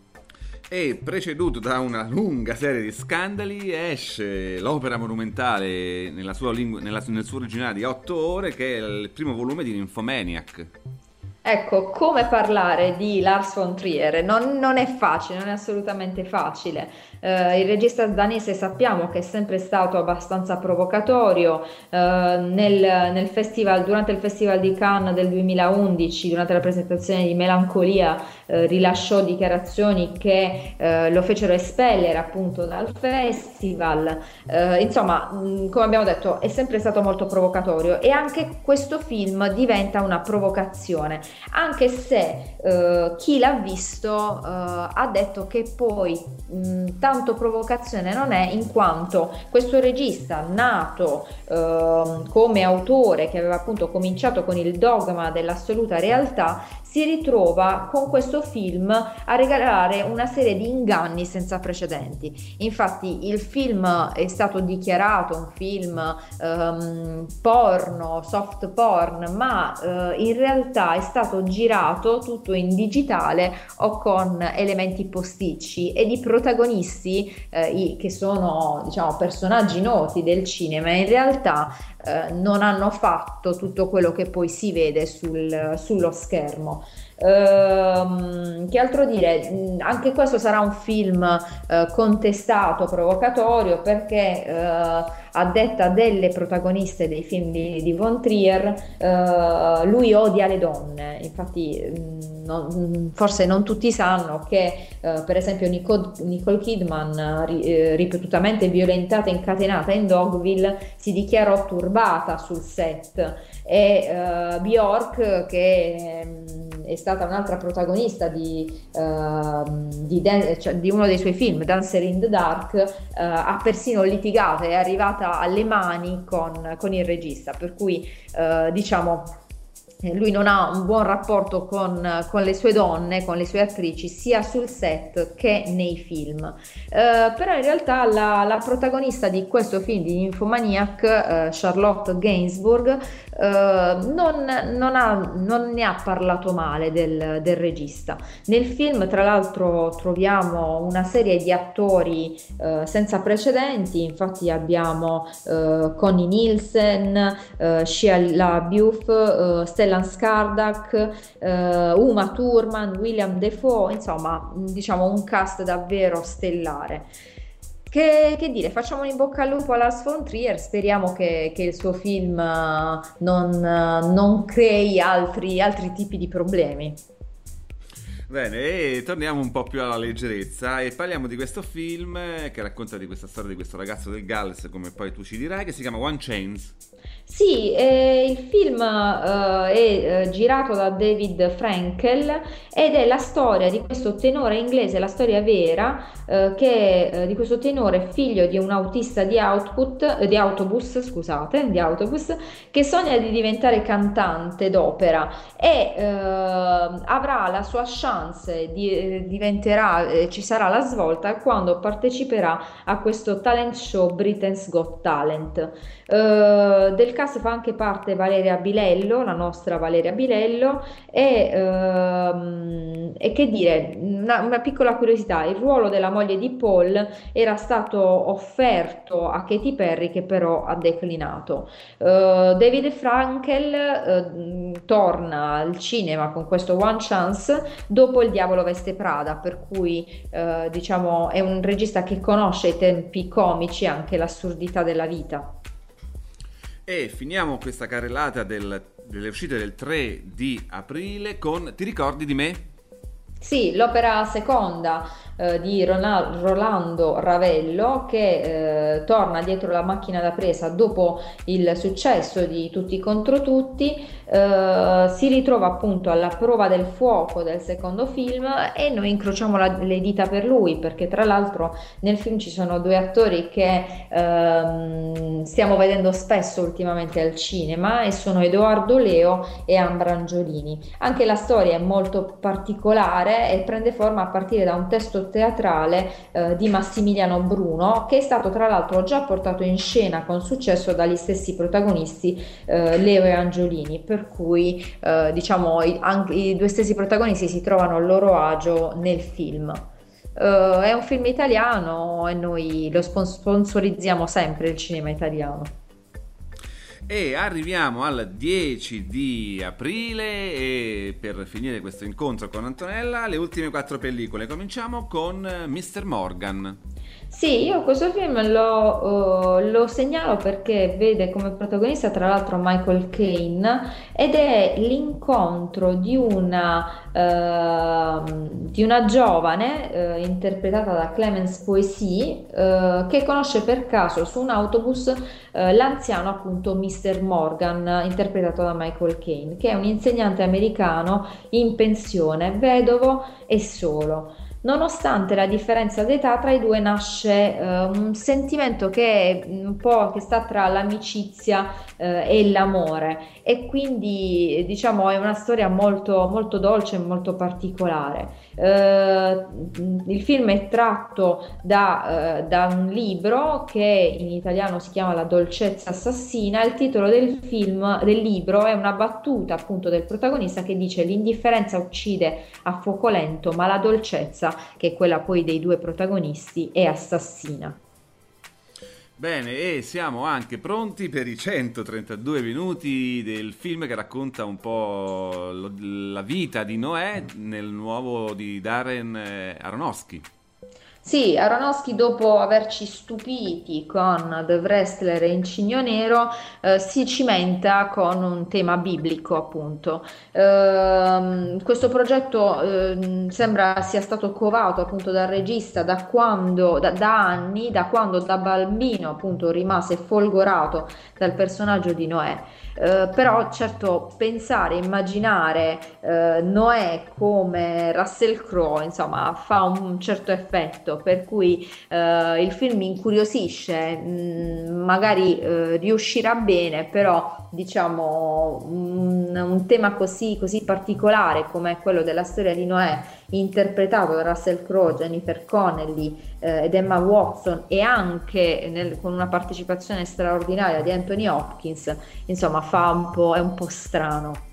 E preceduto da una lunga serie di scandali, esce l'opera monumentale nella sua lingua, nella, nel suo originale di otto ore, che è il primo volume di Nymphomaniac. Ecco, come parlare di Lars von Trier? Non, non è facile, non è assolutamente facile. Eh, il regista danese sappiamo che è sempre stato abbastanza provocatorio. Eh, nel, nel festival, durante il Festival di Cannes del duemilaundici, durante la presentazione di Melancolia, eh, rilasciò dichiarazioni che eh, lo fecero espellere appunto dal festival. Eh, insomma, mh, come abbiamo detto, è sempre stato molto provocatorio e anche questo film diventa una provocazione. Anche se eh, chi l'ha visto eh, ha detto che poi mh, tanto provocazione non è, in quanto questo regista nato eh, come autore, che aveva appunto cominciato con il dogma dell'assoluta realtà, si ritrova con questo film a regalare una serie di inganni senza precedenti. Infatti il film è stato dichiarato un film um, porno, soft porn, ma uh, in realtà è stato girato tutto in digitale o con elementi posticci, e di protagonisti uh, i, che sono, diciamo, personaggi noti del cinema, in realtà uh, non hanno fatto tutto quello che poi si vede sul, sullo schermo. Uh, che altro dire? Anche questo sarà un film uh, contestato, provocatorio, perché uh, a detta delle protagoniste dei film di, di Von Trier, uh, lui odia le donne. Infatti non, forse non tutti sanno che uh, per esempio Nicole, Nicole Kidman, ri, eh, ripetutamente violentata e incatenata in Dogville, si dichiarò turbata sul set, e uh, Bjork, che um, è stata un'altra protagonista di, uh, di, Dan- cioè, di uno dei suoi film, Dancer in the Dark, uh, ha persino litigato, è arrivata alle mani con, con il regista, per cui uh, diciamo lui non ha un buon rapporto con, con le sue donne, con le sue attrici, sia sul set che nei film. Uh, però in realtà la, la protagonista di questo film di Nymphomaniac, uh, Charlotte Gainsbourg, uh, non, non, ha, non ne ha parlato male del, del regista. Nel film, tra l'altro, troviamo una serie di attori uh, senza precedenti. Infatti abbiamo uh, Connie Nielsen, uh, Shia LaBeouf, uh, Stellan Skardak, uh, Uma Thurman, William Dafoe, insomma, diciamo un cast davvero stellare. Che, che dire, facciamo un in bocca al lupo a Lars von Trier, speriamo che, che il suo film uh, non, uh, non crei altri, altri tipi di problemi. Bene, e torniamo un po' più alla leggerezza e parliamo di questo film che racconta di questa storia di questo ragazzo del Galles, come poi tu ci dirai, che si chiama One Chance. Sì, eh, il film eh, è eh, girato da David Frankel ed è la storia di questo tenore inglese, la storia vera, eh, che eh, di questo tenore figlio di un autista di, output, eh, di autobus, scusate, di autobus, che sogna di diventare cantante d'opera e eh, avrà la sua chance, di, eh, diventerà, eh, ci sarà la svolta quando parteciperà a questo talent show Britain's Got Talent. Uh, del cast fa anche parte Valeria Bilello, la nostra Valeria Bilello, e, uh, e che dire, una, una piccola curiosità: il ruolo della moglie di Paul era stato offerto a Katy Perry, che però ha declinato. uh, David Frankel uh, torna al cinema con questo One Chance dopo Il diavolo veste Prada, per cui uh, diciamo è un regista che conosce i tempi comici e anche l'assurdità della vita. E finiamo questa carrellata del, delle uscite del tre di aprile con Ti ricordi di me? Sì, l'opera seconda eh, di Ronal- Rolando Ravello, che eh, torna dietro la macchina da presa dopo il successo di Tutti contro tutti, eh, si ritrova appunto alla prova del fuoco del secondo film e noi incrociamo la- le dita per lui, perché tra l'altro nel film ci sono due attori che ehm, stiamo vedendo spesso ultimamente al cinema, e sono Edoardo Leo e Ambra Angiolini. Anche la storia è molto particolare e prende forma a partire da un testo teatrale eh, di Massimiliano Bruno, che è stato tra l'altro già portato in scena con successo dagli stessi protagonisti eh, Leo e Angiolini, per cui eh, diciamo i, anche i due stessi protagonisti si trovano a loro agio nel film. Uh, è un film italiano e noi lo sponsorizziamo sempre, il cinema italiano. E arriviamo al dieci di aprile e per finire questo incontro con Antonella, le ultime quattro pellicole. Cominciamo con mister Morgan. Sì, io questo film lo, eh, lo segnalo perché vede come protagonista tra l'altro Michael Caine, ed è l'incontro di una, ehm, di una giovane eh, interpretata da Clemence Poesy, eh, che conosce per caso su un autobus eh, l'anziano appunto mister Morgan, interpretato da Michael Caine, che è un insegnante americano in pensione, vedovo e solo. Nonostante la differenza d'età tra i due nasce eh, un sentimento che è un po' che sta tra l'amicizia eh, e l'amore, e quindi diciamo è una storia molto, molto dolce e molto particolare. Eh, il film è tratto da, eh, da un libro che in italiano si chiama La dolcezza assassina. Il titolo del film, del libro, è una battuta appunto del protagonista che dice: l'indifferenza uccide a fuoco lento, ma la dolcezza, che è quella poi dei due protagonisti, è assassina. Bene, e siamo anche pronti per i centotrentadue minuti del film che racconta un po' lo, la vita di Noè nel nuovo di Darren Aronofsky. Sì, Aronofsky, dopo averci stupiti con The Wrestler e in Cigno Nero, eh, si cimenta con un tema biblico, appunto. Ehm, questo progetto ehm, sembra sia stato covato appunto dal regista da quando, da, da anni, da quando da bambino appunto rimase folgorato dal personaggio di Noè. Eh, però certo pensare, immaginare eh, Noè come Russell Crowe, insomma, fa un certo effetto, per cui eh, il film incuriosisce, mh, magari eh, riuscirà bene, però diciamo un, un tema così, così particolare come quello della storia di Noè, interpretato da Russell Crowe, Jennifer Connelly eh, ed Emma Watson, e anche nel, con una partecipazione straordinaria di Anthony Hopkins, insomma fa un po', è un po' strano.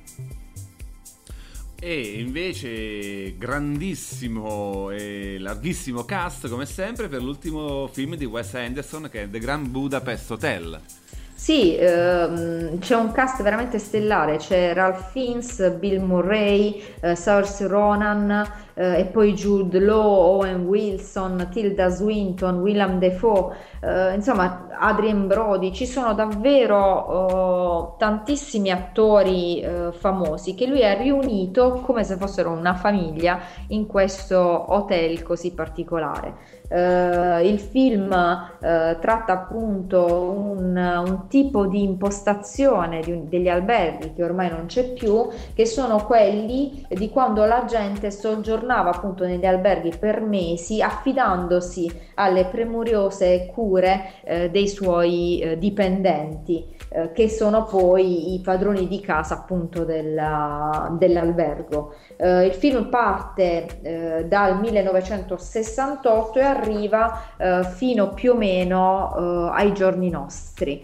E invece grandissimo e larghissimo cast come sempre per l'ultimo film di Wes Anderson, che è The Grand Budapest Hotel. Sì, ehm, c'è un cast veramente stellare, c'è Ralph Fiennes, Bill Murray, eh, Saoirse Ronan, eh, e poi Jude Law, Owen Wilson, Tilda Swinton, Willem Dafoe, eh, insomma Adrien Brody. Ci sono davvero eh, tantissimi attori eh, famosi che lui ha riunito come se fossero una famiglia in questo hotel così particolare. Uh, il film uh, tratta appunto un, un tipo di impostazione di un, degli alberghi che ormai non c'è più, che sono quelli di quando la gente soggiornava appunto negli alberghi per mesi, affidandosi alle premuriose cure uh, dei suoi uh, dipendenti, uh, che sono poi i padroni di casa appunto della, dell'albergo. Uh, il film parte uh, dal millenovecentosessantotto e arriva uh, fino più o meno uh, ai giorni nostri.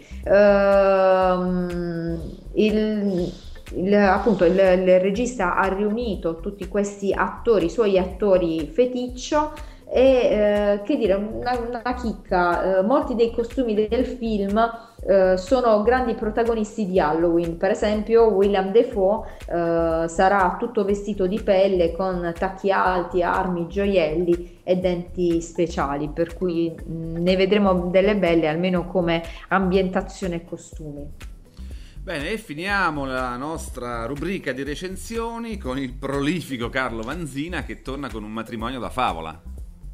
Uh, il, il, appunto il, il regista ha riunito tutti questi attori, i suoi attori feticcio, e eh, che dire, una, una chicca, eh, molti dei costumi del film eh, sono grandi protagonisti di Halloween. Per esempio Willem Dafoe eh, sarà tutto vestito di pelle con tacchi alti, armi, gioielli e denti speciali, per cui mh, ne vedremo delle belle almeno come ambientazione e costumi. Bene, e finiamo la nostra rubrica di recensioni con il prolifico Carlo Vanzina, che torna con Un matrimonio da favola.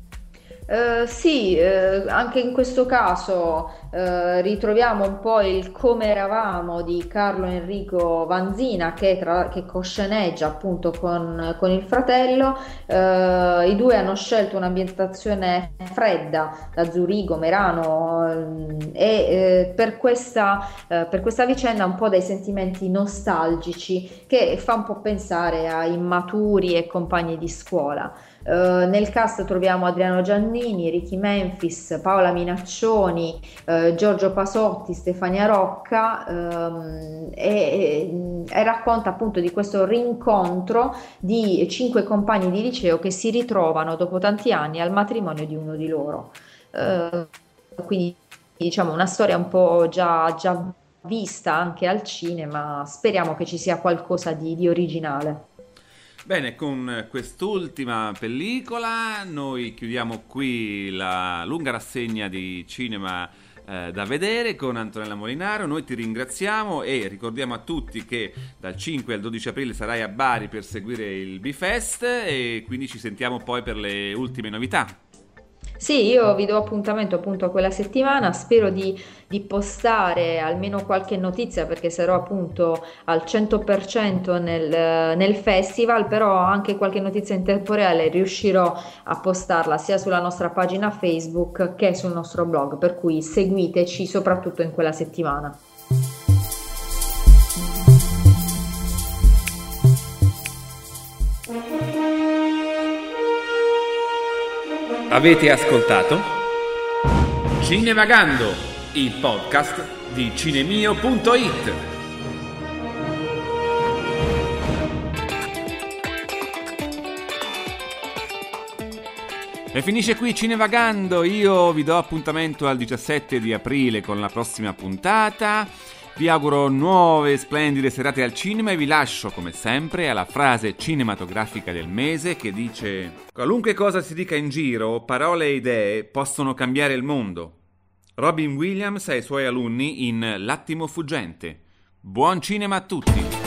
Eh, sì, eh, anche in questo caso eh, ritroviamo un po' il Come eravamo di Carlo Enrico Vanzina che, tra, che cosceneggia appunto con, con il fratello. Eh, i due hanno scelto un'ambientazione fredda da Zurigo, Merano eh, e eh, per questa, eh, per questa vicenda un po' dei sentimenti nostalgici che fa un po' pensare a immaturi e compagni di scuola. Uh, nel cast troviamo Adriano Giannini, Ricky Memphis, Paola Minaccioni, uh, Giorgio Pasotti, Stefania Rocca um, e, e racconta appunto di questo rincontro di cinque compagni di liceo che si ritrovano dopo tanti anni al matrimonio di uno di loro. Uh, quindi diciamo una storia un po' già, già vista anche al cinema, speriamo che ci sia qualcosa di, di originale. Bene, con quest'ultima pellicola noi chiudiamo qui la lunga rassegna di cinema eh, da vedere con Antonella Molinaro. Noi ti ringraziamo e ricordiamo a tutti che dal cinque al dodici aprile sarai a Bari per seguire il B-Fest e quindi ci sentiamo poi per le ultime novità. Sì, io vi do appuntamento appunto a quella settimana, spero di, di postare almeno qualche notizia perché sarò appunto al cento per cento nel, nel festival, però anche qualche notizia in tempo reale riuscirò a postarla sia sulla nostra pagina Facebook che sul nostro blog, per cui seguiteci soprattutto in quella settimana. Avete ascoltato Cinevagando, il podcast di cinemio punto it. E finisce qui Cinevagando, io vi do appuntamento al diciassette di aprile con la prossima puntata. Vi auguro nuove splendide serate al cinema e vi lascio come sempre alla frase cinematografica del mese che dice: qualunque cosa si dica in giro, parole e idee possono cambiare il mondo. Robin Williams ai suoi alunni in L'attimo fuggente. Buon cinema a tutti!